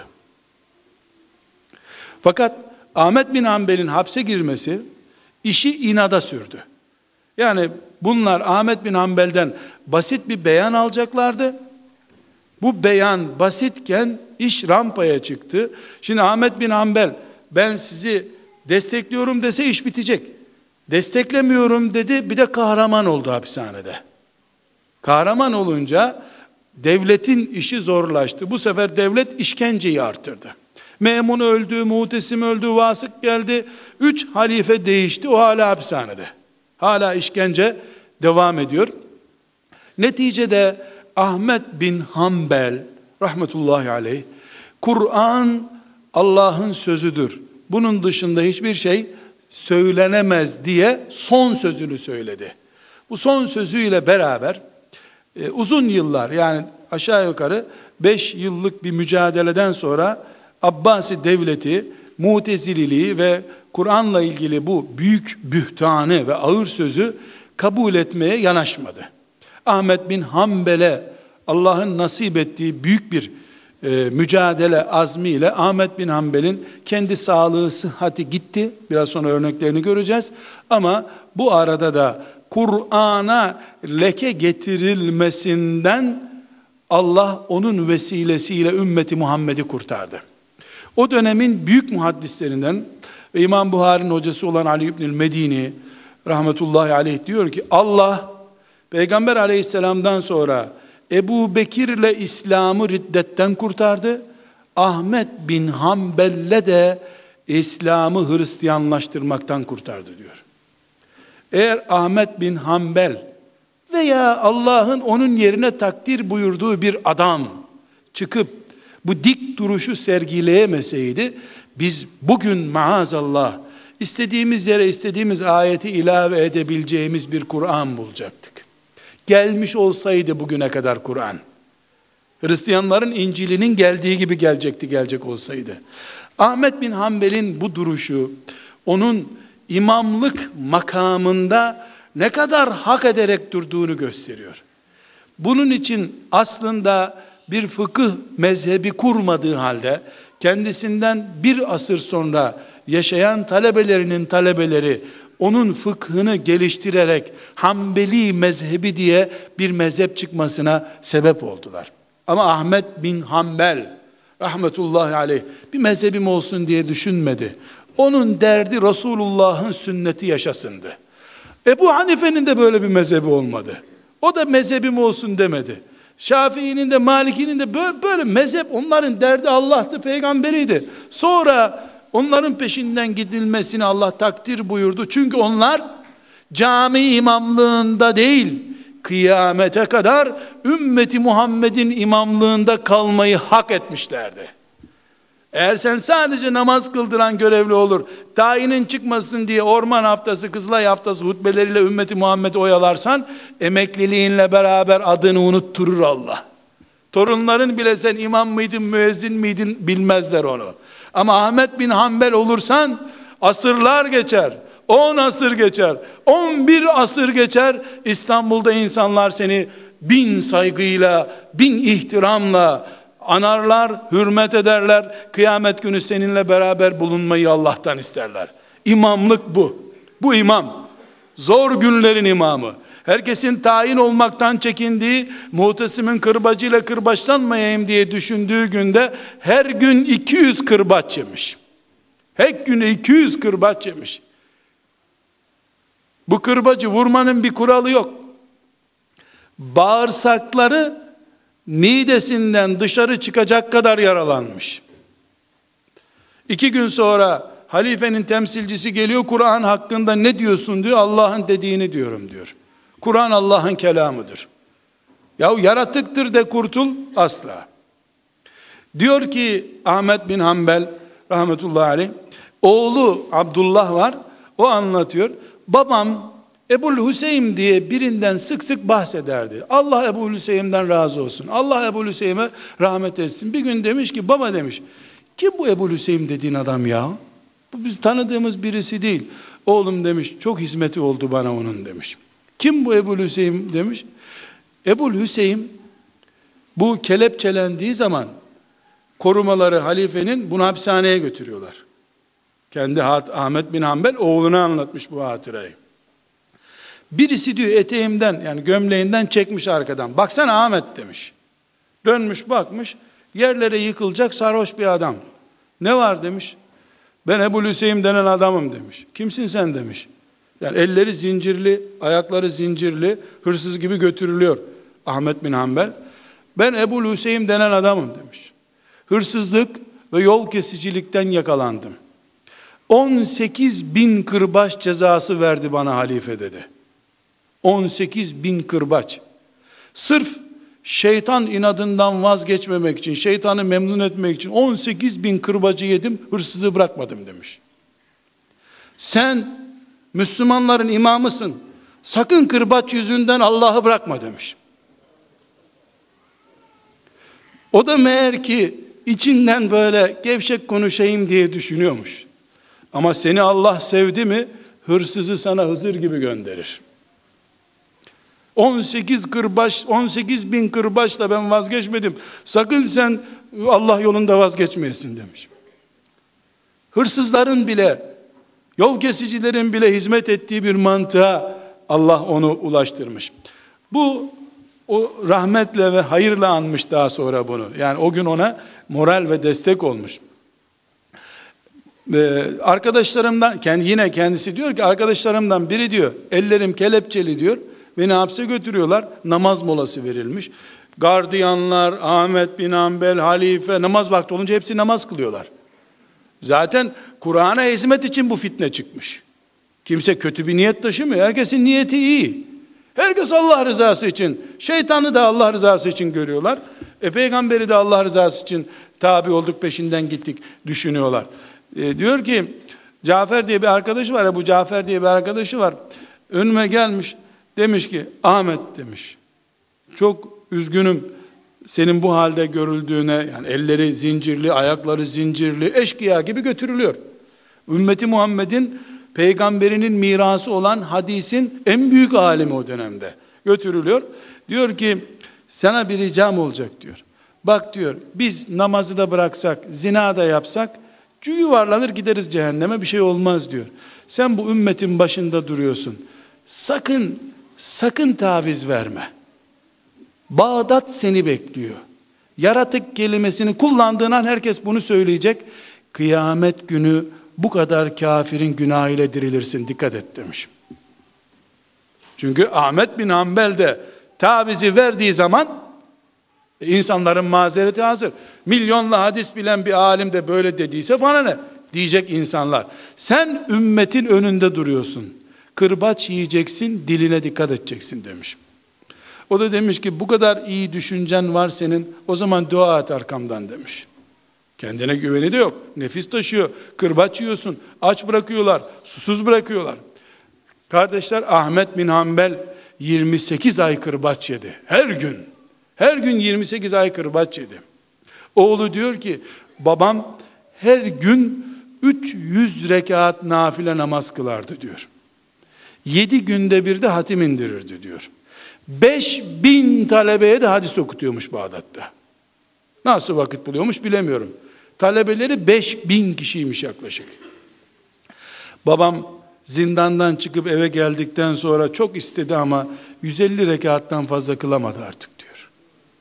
Fakat Ahmet bin Hanbel'in hapse girmesi işi inada sürdü. Yani bunlar Ahmet bin Hanbel'den basit bir beyan alacaklardı. Bu beyan basitken iş rampaya çıktı. Şimdi Ahmet bin Hanbel ben sizi destekliyorum dese iş bitecek. Desteklemiyorum dedi, bir de kahraman oldu hapishanede. Kahraman olunca devletin işi zorlaştı. Bu sefer devlet işkenceyi artırdı. Memun öldü, Mutesim öldü, Vasık geldi. 3 halife değişti, o hala hapishanede. Hala işkence devam ediyor. Neticede Ahmet bin Hanbel rahmetullahi aleyh, Kur'an Allah'ın sözüdür, bunun dışında hiçbir şey söylenemez diye son sözünü söyledi. Bu son sözüyle beraber uzun yıllar, yani aşağı yukarı 5 yıllık bir mücadeleden sonra Abbasi devleti Mutezililiği ve Kur'an'la ilgili bu büyük bühtanı ve ağır sözü kabul etmeye yanaşmadı. Ahmet bin Hanbel'e Allah'ın nasip ettiği büyük bir mücadele azmiyle Ahmet bin Hanbel'in kendi sağlığı, sıhhati gitti. Biraz sonra örneklerini göreceğiz. Ama bu arada da Kur'an'a leke getirilmesinden Allah onun vesilesiyle ümmeti Muhammed'i kurtardı. O dönemin büyük muhaddislerinden ve İmam Buhari'nin hocası olan Ali İbnül Medini rahmetullahi aleyh diyor ki Allah Peygamber aleyhisselamdan sonra Ebu Bekir'le İslam'ı riddetten kurtardı. Ahmet bin Hanbel'le de İslam'ı Hristiyanlaştırmaktan kurtardı diyor. Eğer Ahmet bin Hanbel veya Allah'ın onun yerine takdir buyurduğu bir adam çıkıp bu dik duruşu sergileyemeseydi, biz bugün maazallah istediğimiz yere istediğimiz ayeti ilave edebileceğimiz bir Kur'an bulacaktık. Gelmiş olsaydı bugüne kadar Kur'an, Hristiyanların İncil'inin geldiği gibi gelecek olsaydı. Ahmet bin Hanbel'in bu duruşu, onun imamlık makamında ne kadar hak ederek durduğunu gösteriyor. Bunun için aslında bir fıkıh mezhebi kurmadığı halde, kendisinden bir asır sonra yaşayan talebelerinin talebeleri, onun fıkhını geliştirerek Hanbeli mezhebi diye bir mezhep çıkmasına sebep oldular. Ama Ahmet bin Hanbel rahmetullahi aleyh bir mezhebim olsun diye düşünmedi. Onun derdi Resulullah'ın sünneti yaşasındı. Ebu Hanife'nin de böyle bir mezhebi olmadı. O da mezhebim olsun demedi. Şafii'nin de Maliki'nin de böyle mezhep, onların derdi Allah'tı, peygamberiydi. Sonra onların peşinden gidilmesini Allah takdir buyurdu. Çünkü onlar cami imamlığında değil, kıyamete kadar ümmeti Muhammed'in imamlığında kalmayı hak etmişlerdi. Eğer sen sadece namaz kıldıran görevli olur, tayinin çıkmasın diye orman haftası, Kızılay haftası hutbeleriyle ümmeti Muhammed'i oyalarsan, emekliliğinle beraber adını unutturur Allah. Torunların bile sen imam mıydın, müezzin miydin bilmezler onu. Ama Ahmet bin Hanbel olursan, asırlar geçer, 10 asır geçer, 11 asır geçer, İstanbul'da insanlar seni 1000 saygıyla, 1000 ihtiramla anarlar, hürmet ederler. Kıyamet günü seninle beraber bulunmayı Allah'tan isterler. İmamlık bu. Bu imam. Zor günlerin imamı. Herkesin tayin olmaktan çekindiği, Mu'tesimin kırbacıyla kırbaçlanmayayım diye düşündüğü günde her gün 200 kırbaç yemiş. Her gün 200 kırbaç yemiş. Bu kırbacı vurmanın bir kuralı yok. Bağırsakları midesinden dışarı çıkacak kadar yaralanmış. 2 gün sonra halifenin temsilcisi geliyor, Kur'an hakkında ne diyorsun diyor. Allah'ın dediğini diyorum diyor. Kur'an Allah'ın kelamıdır. Yahu yaratıktır de kurtul, asla. Diyor ki Ahmet bin Hanbel rahmetullahi aleyh, oğlu Abdullah var, o anlatıyor. Babam Ebu'l-Hüseyin diye birinden sık sık bahsederdi. Allah Ebu'l-Hüseyin'den razı olsun. Allah Ebu'l-Hüseyin'e rahmet etsin. Bir gün demiş ki, baba demiş, kim bu Ebu'l-Hüseyin dediğin adam ya? Bu biz tanıdığımız birisi değil. Oğlum demiş, çok hizmeti oldu bana onun demiş. Kim bu Ebu'l-Hüseyin demiş. Ebu'l-Hüseyin bu kelepçelendiği zaman korumaları halifenin bunu hapishaneye götürüyorlar. Kendi Ahmet bin Hanbel oğluna anlatmış bu hatırayı. Birisi diyor eteğimden, yani gömleğinden çekmiş arkadan. Baksana Ahmet demiş. Dönmüş bakmış, yerlere yıkılacak sarhoş bir adam. Ne var demiş. Ben Ebu'l-Hüseyin denen adamım demiş. Kimsin sen demiş. Yani elleri zincirli, ayakları zincirli, hırsız gibi götürülüyor Ahmet bin Hanbel. Ben Ebu'l-Hüseyin denen adamım demiş. Hırsızlık ve yol kesicilikten yakalandım. 18.000 kırbaç cezası verdi bana halife dedi. 18.000 kırbaç. Sırf şeytan inadından vazgeçmemek için, şeytanı memnun etmek için 18.000 kırbacı yedim, hırsızlığı bırakmadım demiş. Sen Müslümanların imamısın, sakın kırbaç yüzünden Allah'ı bırakma demiş. O da meğer ki içinden böyle gevşek konuşayım diye düşünüyormuş. Ama seni Allah sevdi mi, hırsızı sana Hızır gibi gönderir. 18.000 kırbaçla ben vazgeçmedim. Sakın sen Allah yolunda vazgeçmeyesin demiş. Hırsızların bile, yol kesicilerin bile hizmet ettiği bir mantığa Allah onu ulaştırmış. Bu o rahmetle ve hayırla anmış daha sonra bunu. Yani o gün ona moral ve destek olmuş. Arkadaşlarımdan, yine kendisi diyor ki, arkadaşlarımdan biri diyor, ellerim kelepçeli diyor, beni hapse götürüyorlar, namaz molası verilmiş. Gardiyanlar, Ahmet bin Hanbel, halife, namaz vakti olunca hepsi namaz kılıyorlar. Zaten Kur'an'a hizmet için bu fitne çıkmış. Kimse kötü bir niyet taşımıyor, herkesin niyeti iyi. Herkes Allah rızası için, şeytanı da Allah rızası için görüyorlar. Peygamberi de Allah rızası için tabi olduk, peşinden gittik düşünüyorlar. Diyor ki, Cafer diye bir arkadaşı var, bu Cafer diye bir arkadaşı var. Önüme gelmiş, demiş ki, Ahmet demiş, çok üzgünüm senin bu halde görüldüğüne, yani elleri zincirli, ayakları zincirli, eşkıya gibi götürülüyor. Ümmeti Muhammed'in peygamberinin mirası olan hadisin en büyük alimi o dönemde götürülüyor. Diyor ki, sana bir ricam olacak diyor. Bak diyor, biz namazı da bıraksak, zina da yapsak, yuvarlanır gideriz cehenneme, bir şey olmaz diyor. Sen bu ümmetin başında duruyorsun. Sakın taviz verme. Bağdat seni bekliyor. Yaratık kelimesini kullandığın an herkes bunu söyleyecek. Kıyamet günü bu kadar kafirin günahıyla dirilirsin, dikkat et demiş. Çünkü Ahmet bin Hanbel de tavizi verdiği zaman insanların mazereti hazır. Milyonla hadis bilen bir alim de böyle dediyse bana ne diyecek insanlar. Sen ümmetin önünde duruyorsun. Kırbaç yiyeceksin, diline dikkat edeceksin demiş. O da demiş ki, bu kadar iyi düşüncen var senin, o zaman dua et arkamdan demiş. Kendine güveni de yok. Nefis taşıyor. Kırbaç yiyorsun. Aç bırakıyorlar. Susuz bırakıyorlar. Kardeşler, Ahmet bin Hanbel 28 ay kırbaç yedi. Her gün. Her gün 28 ay kırbaç yedi. Oğlu diyor ki, babam her gün 300 rekat nafile namaz kılardı diyor. 7 günde bir de hatim indirirdi diyor. 5000 talebeye de hadis okutuyormuş Bağdat'ta. Nasıl vakit buluyormuş bilemiyorum. Talebeleri 5000 kişiymiş yaklaşık. Babam zindandan çıkıp eve geldikten sonra çok istedi ama 150 rekattan fazla kılamadı artık diyor.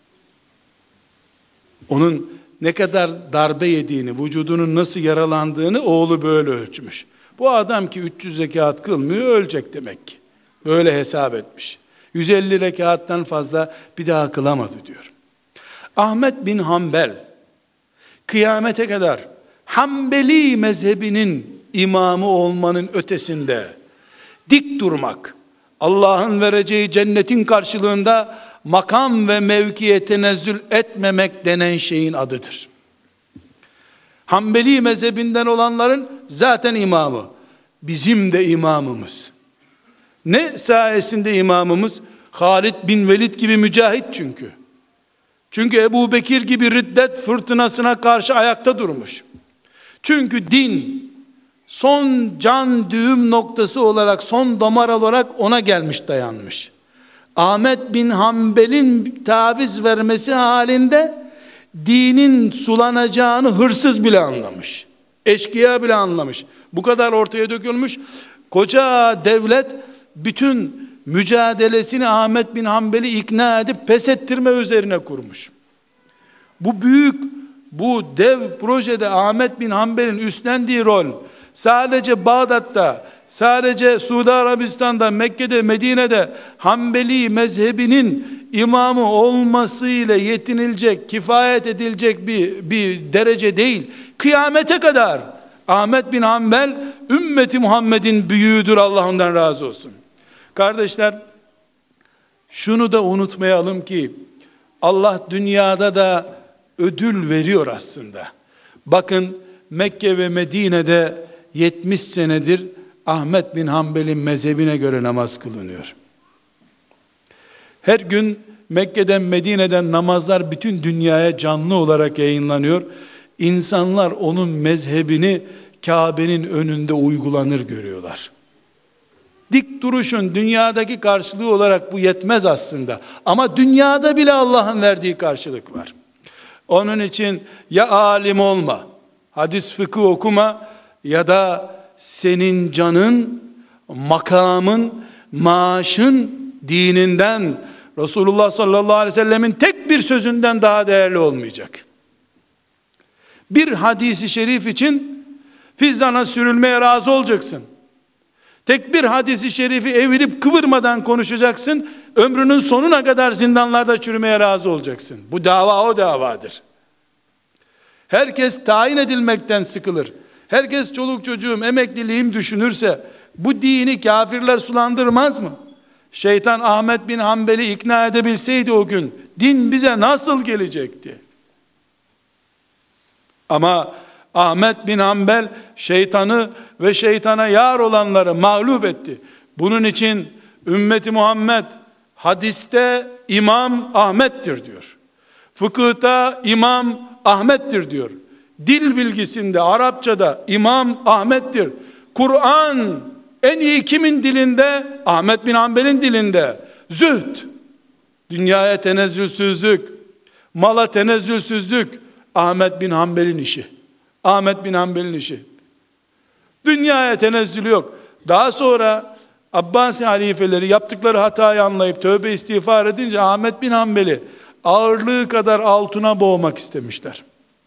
Onun ne kadar darbe yediğini, vücudunun nasıl yaralandığını oğlu böyle ölçmüş. Bu adam ki 300 rekat kılmıyor, ölecek demek ki. Böyle hesap etmiş. 150 rekattan fazla bir daha kılamadı diyor. Ahmet bin Hanbel kıyamete kadar Hanbeli mezhebinin imamı olmanın ötesinde dik durmak, Allah'ın vereceği cennetin karşılığında makam ve mevkiye tenezzül etmemek denen şeyin adıdır. Hanbeli mezhebinden olanların zaten imamı, bizim de imamımız. Ne sayesinde imamımız? Halid bin Velid gibi mücahit çünkü. Çünkü Ebu Bekir gibi riddet fırtınasına karşı ayakta durmuş. Çünkü din son can düğüm noktası olarak, son damar olarak ona gelmiş, dayanmış. Ahmet bin Hanbel'in taviz vermesi halinde dinin sulanacağını hırsız bile anlamış. Eşkıya bile anlamış. Bu kadar ortaya dökülmüş. Koca devlet bütün mücadelesini Ahmet bin Hanbel'i ikna edip pes ettirme üzerine kurmuş. Bu büyük, bu dev projede Ahmet bin Hanbel'in üstlendiği rol sadece Bağdat'ta, sadece Suudi Arabistan'da, Mekke'de, Medine'de Hanbeli mezhebinin imamı olmasıyla yetinilecek, kifayet edilecek bir derece değil. Kıyamete kadar Ahmet bin Hanbel ümmeti Muhammed'in büyüğüdür, Allah ondan razı olsun. Kardeşler, şunu da unutmayalım ki Allah dünyada da ödül veriyor aslında. Bakın, Mekke ve Medine'de 70 senedir Ahmet bin Hanbel'in mezhebine göre namaz kılınıyor. Her gün Mekke'den, Medine'den namazlar bütün dünyaya canlı olarak yayınlanıyor. İnsanlar onun mezhebini Kabe'nin önünde uygulanır görüyorlar. Dik duruşun dünyadaki karşılığı olarak bu yetmez aslında. Ama dünyada bile Allah'ın verdiği karşılık var. Onun için ya alim olma, hadis fıkıh okuma, ya da senin canın, makamın, maaşın dininden, Resulullah sallallahu aleyhi ve sellemin tek bir sözünden daha değerli olmayacak. Bir hadisi şerif için fizzana sürülmeye razı olacaksın. Tek bir hadisi şerifi evirip kıvırmadan konuşacaksın. Ömrünün sonuna kadar zindanlarda çürümeye razı olacaksın. Bu dava o davadır. Herkes tayin edilmekten sıkılır. Herkes çoluk çocuğum, emekliliğim düşünürse bu dini kafirler sulandırmaz mı? Şeytan Ahmet bin Hanbel'i ikna edebilseydi o gün din bize nasıl gelecekti? Ama Ahmet bin Hanbel şeytanı ve şeytana yar olanları mağlup etti. Bunun için ümmeti Muhammed hadiste İmam Ahmet'tir diyor. Fıkıhta İmam Ahmet'tir diyor. Dil bilgisinde, Arapçada İmam Ahmet'tir. Kur'an en iyi kimin dilinde? Ahmet bin Hanbel'in dilinde. Zühd, dünyaya tenezzülsüzlük, mala tenezzülsüzlük Ahmet bin Hanbel'in işi. Ahmet bin Hanbel'in işi. Dünyaya tenezzülü yok. Daha sonra Abbasi halifeleri yaptıkları hatayı anlayıp tövbe istiğfar edince Ahmet bin Hanbel'i ağırlığı kadar altına boğmak istemişler.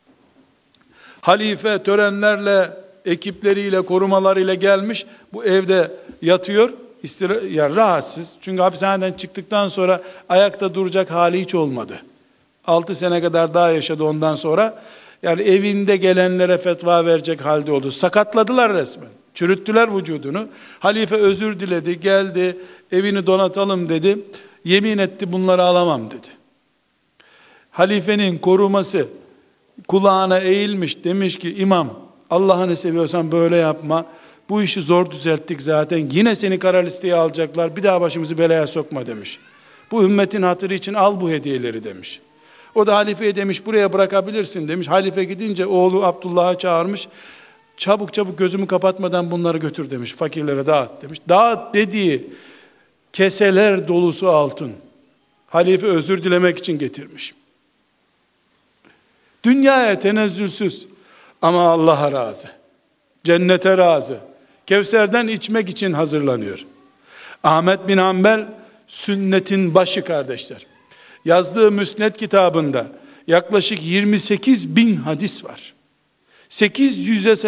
Halife törenlerle, ekipleriyle, korumalarıyla gelmiş. Bu evde yatıyor. Yani rahatsız. Çünkü hapishaneden çıktıktan sonra ayakta duracak hali hiç olmadı. 6 sene kadar daha yaşadı ondan sonra. Yani evinde gelenlere fetva verecek halde oldu. Sakatladılar resmen. Çürüttüler vücudunu. Halife özür diledi, geldi, evini donatalım dedi. Yemin etti bunları alamam dedi. Halifenin koruması kulağına eğilmiş, demiş ki imam, Allah'ını seviyorsan böyle yapma. Bu işi zor düzelttik zaten. Yine seni kara listeye alacaklar. Bir daha başımızı belaya sokma demiş. Bu ümmetin hatırı için al bu hediyeleri demiş. O da halifeye demiş buraya bırakabilirsin demiş. Halife gidince oğlu Abdullah'ı çağırmış. Çabuk çabuk gözümü kapatmadan bunları götür demiş. Fakirlere dağıt demiş. Dağıt dediği keseler dolusu altın. Halife özür dilemek için getirmiş. Dünyaya tenezzülsüz ama Allah'a razı. Cennete razı. Kevser'den içmek için hazırlanıyor. Ahmet bin Hanbel sünnetin başı kardeşler. Yazdığı Müsned kitabında yaklaşık 28 bin hadis var. 800'e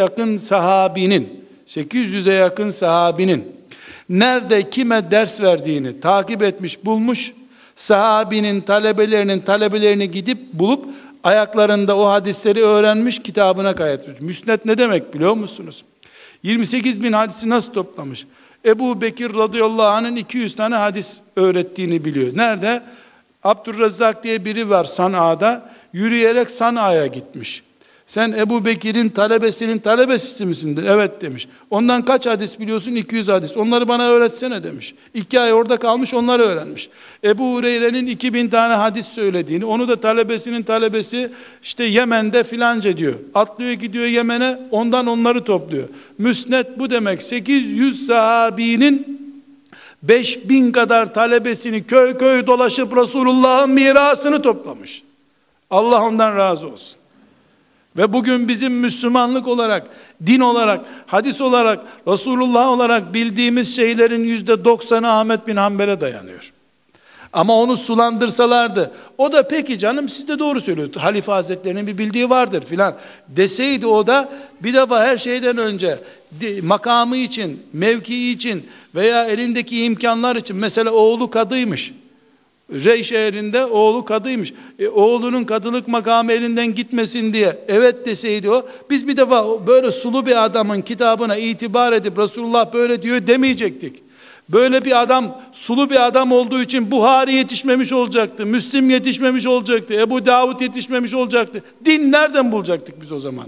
yakın sahabinin nerede kime ders verdiğini takip etmiş, bulmuş. Sahabinin talebelerini gidip bulup ayaklarında o hadisleri öğrenmiş, kitabına kaydetmiş. Müsned ne demek biliyor musunuz? 28 bin hadisi nasıl toplamış? Ebu Bekir radıyallahu anh'ın 200 tane hadis öğrettiğini biliyor. Nerede? Abdurrezzak diye biri var San'a'da. Yürüyerek San'a'ya gitmiş. Sen Ebu Bekir'in talebesinin talebesi misin? Evet demiş. Ondan kaç hadis biliyorsun? 200 hadis. Onları bana öğretsene demiş. 2 ay orada kalmış, onları öğrenmiş. Ebu Hureyre'nin 2000 tane hadis söylediğini, onu da talebesinin talebesi işte Yemen'de filanca diyor. Atlıyor gidiyor Yemen'e, ondan onları topluyor. Müsned bu demek. 800 sahabinin 5000 kadar talebesini köy köy dolaşıp Resulullah'ın mirasını toplamış. Allah ondan razı olsun. Ve bugün bizim Müslümanlık olarak, din olarak, hadis olarak, Resulullah olarak bildiğimiz şeylerin %90'ı Ahmet bin Hanbel'e dayanıyor. Ama onu sulandırsalardı, o da peki canım siz de doğru söylüyorsunuz, Halife Hazretlerinin bir bildiği vardır filan deseydi, o da bir defa her şeyden önce makamı için, mevkii için veya elindeki imkanlar için, mesela oğlu kadıymış. Rey şehrinde oğlu kadıymış. Oğlunun kadılık makamı elinden gitmesin diye evet deseydi o, biz bir defa böyle sulu bir adamın kitabına itibar edip Resulullah böyle diyor demeyecektik. Böyle bir adam, sulu bir adam olduğu için Buhari yetişmemiş olacaktı, Müslim yetişmemiş olacaktı, Ebu Davud yetişmemiş olacaktı. Din nereden bulacaktık biz o zaman?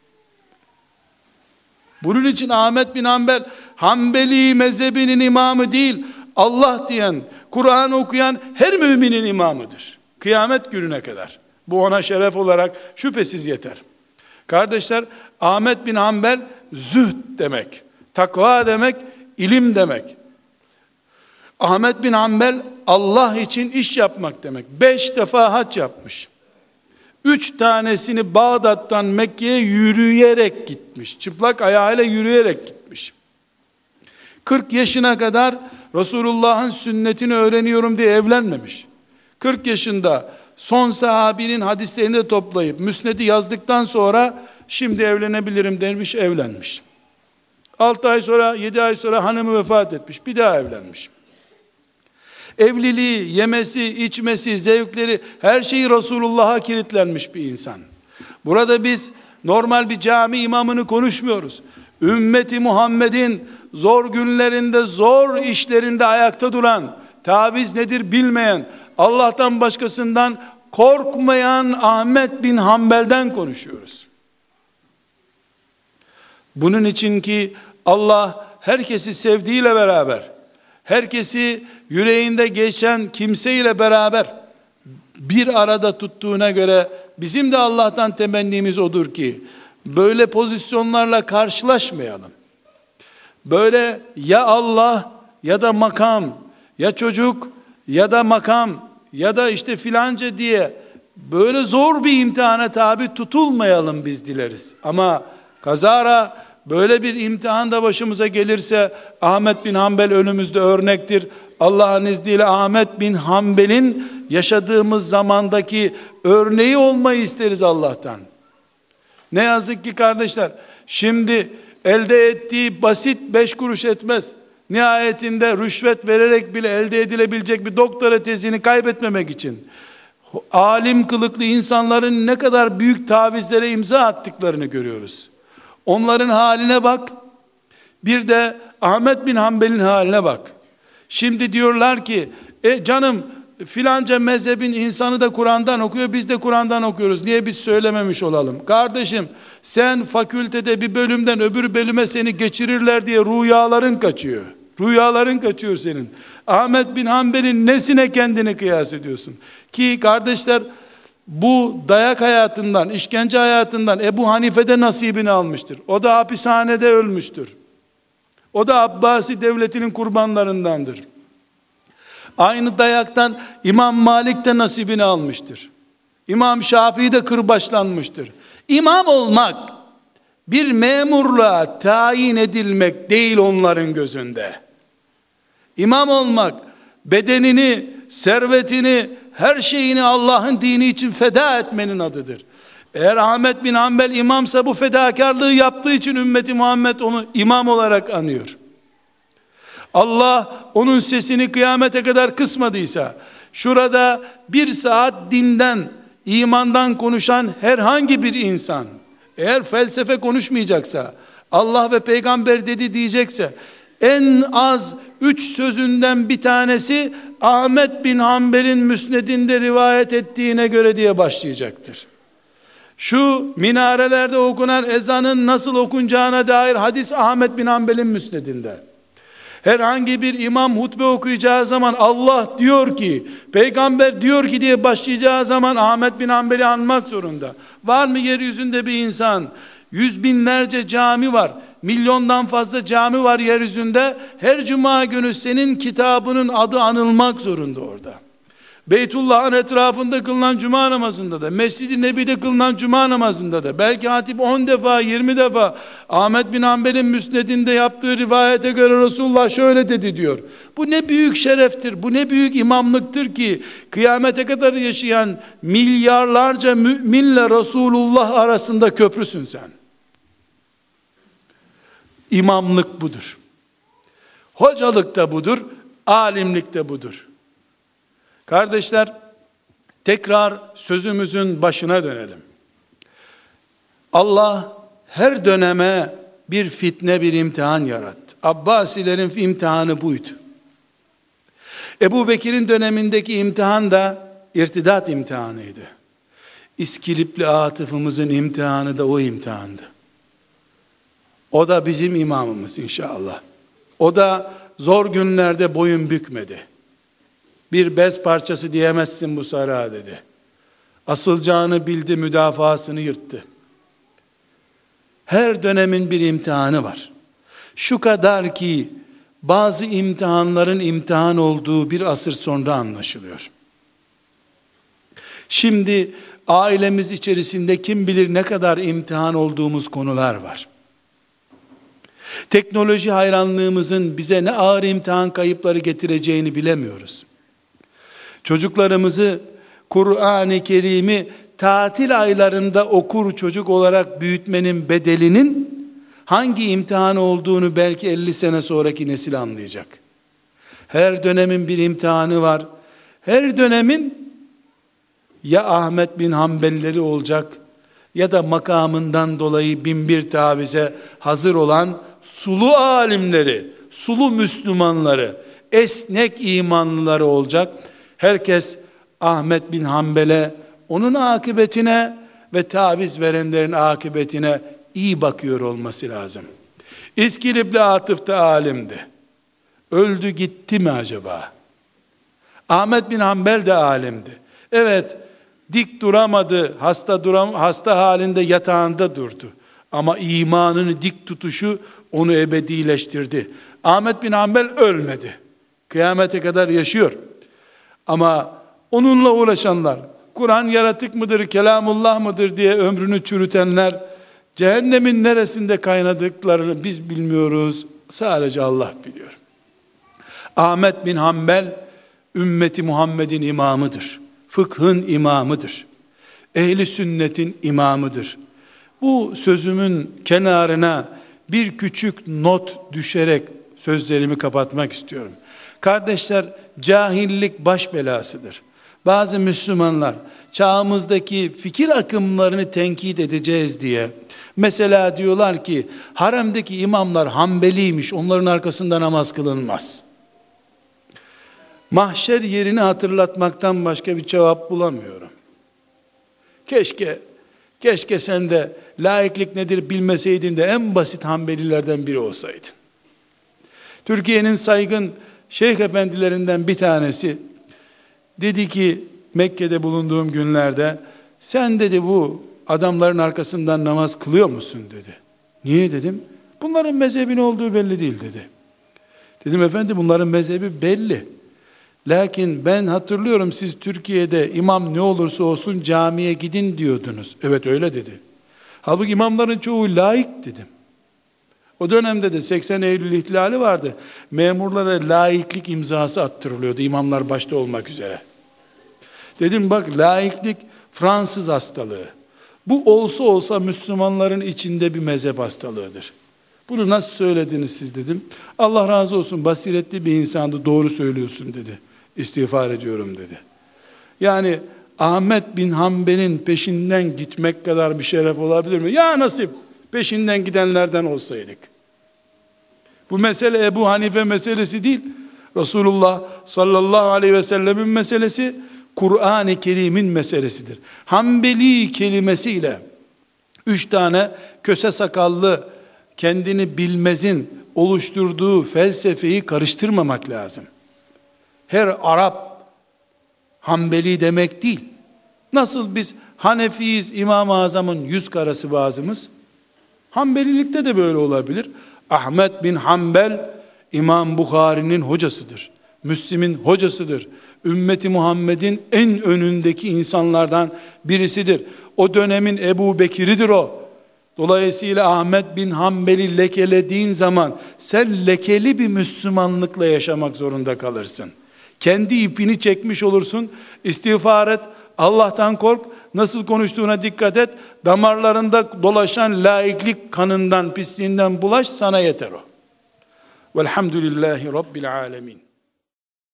Bunun için Ahmet bin Hanbel Hanbeli mezhebinin imamı değil, Allah diyen, Kur'an okuyan her müminin imamıdır. Kıyamet gününe kadar. Bu ona şeref olarak şüphesiz yeter. Kardeşler, Ahmet bin Hanbel zühd demek, takva demek, ilim demek. Ahmet bin Hanbel Allah için iş yapmak demek. 5 defa hac yapmış. 3 tanesini Bağdat'tan Mekke'ye yürüyerek gitmiş. Çıplak ayağıyla yürüyerek gitmiş. 40 yaşına kadar Resulullah'ın sünnetini öğreniyorum diye evlenmemiş. 40 yaşında son sahabinin hadislerini de toplayıp Müsned'i yazdıktan sonra şimdi evlenebilirim demiş, evlenmiş. 6 ay sonra, 7 ay sonra hanımı vefat etmiş, bir daha evlenmiş. Evliliği, yemesi, içmesi, zevkleri, her şeyi Resulullah'a kilitlenmiş bir insan. Burada biz normal bir cami imamını konuşmuyoruz. Ümmeti Muhammed'in zor günlerinde, zor işlerinde ayakta duran, taviz nedir bilmeyen, Allah'tan başkasından korkmayan Ahmet bin Hanbel'den konuşuyoruz. Bunun için ki Allah herkesi sevdiğiyle beraber, herkesi yüreğinde geçen kimseyle beraber bir arada tuttuğuna göre bizim de Allah'tan temennimiz odur ki böyle pozisyonlarla karşılaşmayalım. Böyle ya Allah ya da makam, ya çocuk ya da makam ya da işte filanca diye böyle zor bir imtihana tabi tutulmayalım biz dileriz. Ama kazara böyle bir imtihan da başımıza gelirse Ahmet bin Hanbel önümüzde örnektir. Allah'ın izniyle Ahmet bin Hanbel'in yaşadığımız zamandaki örneği olmayı isteriz Allah'tan. Ne yazık ki kardeşler, şimdi elde ettiği basit 5 kuruş etmez. Nihayetinde rüşvet vererek bile elde edilebilecek bir doktora tezini kaybetmemek için alim kılıklı insanların ne kadar büyük tavizlere imza attıklarını görüyoruz. Onların haline bak, bir de Ahmet bin Hanbel'in haline bak. Şimdi diyorlar ki canım filanca mezhebin insanı da Kur'an'dan okuyor, biz de Kur'an'dan okuyoruz. Niye biz söylememiş olalım? Kardeşim, sen fakültede bir bölümden öbür bölüme seni geçirirler diye rüyaların kaçıyor. Rüyaların kaçıyor senin. Ahmet bin Hanbel'in nesine kendini kıyas ediyorsun? Ki kardeşler, bu dayak hayatından, işkence hayatından Ebu Hanife'de nasibini almıştır. O da hapishanede ölmüştür. O da Abbasi devletinin kurbanlarındandır. Aynı dayaktan İmam Malik de nasibini almıştır. İmam Şafii de kırbaçlanmıştır. İmam olmak, bir memurluğa tayin edilmek değil onların gözünde. İmam olmak, bedenini, servetini, her şeyini Allah'ın dini için feda etmenin adıdır. Eğer Ahmet bin Hanbel imamsa, bu fedakarlığı yaptığı için ümmeti Muhammed onu imam olarak anıyor. Allah onun sesini kıyamete kadar kısmadıysa, şurada bir saat dinden, imandan konuşan herhangi bir insan, eğer felsefe konuşmayacaksa, Allah ve peygamber dedi diyecekse, en az 3 sözünden bir tanesi Ahmet bin Hanbel'in müsnedinde rivayet ettiğine göre diye başlayacaktır. Şu minarelerde okunan ezanın nasıl okunacağına dair hadis Ahmet bin Hanbel'in müsnedinde. Herhangi bir imam hutbe okuyacağı zaman Allah diyor ki, peygamber diyor ki diye başlayacağı zaman Ahmet bin Hanbel'i anmak zorunda. Var mı yeryüzünde bir insan? Yüz binlerce cami var. Milyondan fazla cami var yeryüzünde. Her cuma günü senin kitabının adı anılmak zorunda orada. Beytullah'ın etrafında kılınan cuma namazında da, Mescid-i Nebi'de kılınan cuma namazında da, belki hatip 10 defa 20 defa Ahmet bin Hanbel'in müsnedinde yaptığı rivayete göre Resulullah şöyle dedi diyor. Bu ne büyük şereftir, bu ne büyük imamlıktır ki kıyamete kadar yaşayan milyarlarca müminle Resulullah arasında köprüsün sen. İmamlık budur. Hocalık da budur, alimlik de budur. Kardeşler, tekrar sözümüzün başına dönelim. Allah her döneme bir fitne, bir imtihan yarattı. Abbasilerin imtihanı buydu. Ebu Bekir'in dönemindeki imtihan da irtidat imtihanıydı. İskilipli Atıf'ımızın imtihanı da o imtihandı. O da bizim imamımız inşallah. O da zor günlerde boyun bükmedi. Bir bez parçası diyemezsin bu sarığa dedi. Asılacağını bildi, müdafasını yırttı. Her dönemin bir imtihanı var. Şu kadar ki bazı imtihanların imtihan olduğu bir asır sonra anlaşılıyor. Şimdi ailemiz içerisinde kim bilir ne kadar imtihan olduğumuz konular var. Teknoloji hayranlığımızın bize ne ağır imtihan kayıpları getireceğini bilemiyoruz. Çocuklarımızı Kur'an-ı Kerim'i tatil aylarında okur çocuk olarak büyütmenin bedelinin hangi imtihan olduğunu belki 50 sene sonraki nesil anlayacak. Her dönemin bir imtihanı var. Her dönemin ya Ahmet bin Hanbelleri olacak ya da makamından dolayı bin bir tavize hazır olan sulu alimleri, sulu Müslümanları, esnek imanlıları olacak. Herkes Ahmet bin Hanbel'e, onun akıbetine ve taviz verenlerin akıbetine iyi bakıyor olması lazım. İskilipli Atıf da alimdi. Öldü gitti mi acaba? Ahmet bin Hanbel de alimdi. Evet, dik duramadı, hasta halinde yatağında durdu. Ama imanını dik tutuşu onu ebedileştirdi. Ahmet bin Hanbel ölmedi. Kıyamete kadar yaşıyor. Ama onunla uğraşanlar, Kur'an yaratık mıdır, kelamullah mıdır diye ömrünü çürütenler, cehennemin neresinde kaynadıklarını biz bilmiyoruz. Sadece Allah biliyor. Ahmet bin Hanbel, ümmeti Muhammed'in imamıdır. Fıkhın imamıdır. Ehli sünnetin imamıdır. Bu sözümün kenarına bir küçük not düşerek sözlerimi kapatmak istiyorum. Kardeşler, cahillik baş belasıdır. Bazı Müslümanlar çağımızdaki fikir akımlarını tenkit edeceğiz diye, mesela diyorlar ki haremdeki imamlar Hanbeliymiş, onların arkasında namaz kılınmaz. Mahşer yerini hatırlatmaktan başka bir cevap bulamıyorum. Keşke sen de laiklik nedir bilmeseydin de en basit Hanbelilerden biri olsaydın. Türkiye'nin saygın şeyh efendilerinden bir tanesi dedi ki, Mekke'de bulunduğum günlerde, sen dedi bu adamların arkasından namaz kılıyor musun dedi. Niye dedim? Bunların mezhebin olduğu belli değil dedi. Dedim efendi, bunların mezhebi belli. Lakin ben hatırlıyorum, siz Türkiye'de imam ne olursa olsun camiye gidin diyordunuz. Evet öyle dedi. Halbuki imamların çoğu laik dedim. O dönemde de 80 Eylül ihtilali vardı. Memurlara laiklik imzası attırılıyordu, imamlar başta olmak üzere. Dedim bak, laiklik Fransız hastalığı. Bu olsa olsa Müslümanların içinde bir mezhep hastalığıdır. Bunu nasıl söylediniz siz dedim. Allah razı olsun, basiretli bir insandı, doğru söylüyorsun dedi. İstiğfar ediyorum dedi. Yani Ahmet bin Hanbel'in peşinden gitmek kadar bir şeref olabilir mi? Ya nasip peşinden gidenlerden olsaydık. Bu mesele Ebu Hanife meselesi değil. Resulullah sallallahu aleyhi ve sellemin meselesi, Kur'an-ı Kerim'in meselesidir. Hanbeli kelimesiyle 3 tane köse sakallı, kendini bilmezin oluşturduğu felsefeyi karıştırmamak lazım. Her Arap Hanbeli demek değil. Nasıl biz Hanefiyiz, İmam-ı Azam'ın 100 karası bazımız, Hanbelilikte de böyle olabilir. Ahmet bin Hanbel İmam Bukhari'nin hocasıdır. Müslim'in hocasıdır. Ümmeti Muhammed'in en önündeki insanlardan birisidir. O dönemin Ebu Bekir'idir o. Dolayısıyla Ahmet bin Hanbel'i lekelediğin zaman sen lekeli bir Müslümanlıkla yaşamak zorunda kalırsın. Kendi ipini çekmiş olursun. İstiğfar et, Allah'tan kork, nasıl konuştuğuna dikkat et. Damarlarında dolaşan laiklik kanından, pisliğinden bulaş, sana yeter o. Velhamdülillahi Rabbil alemin.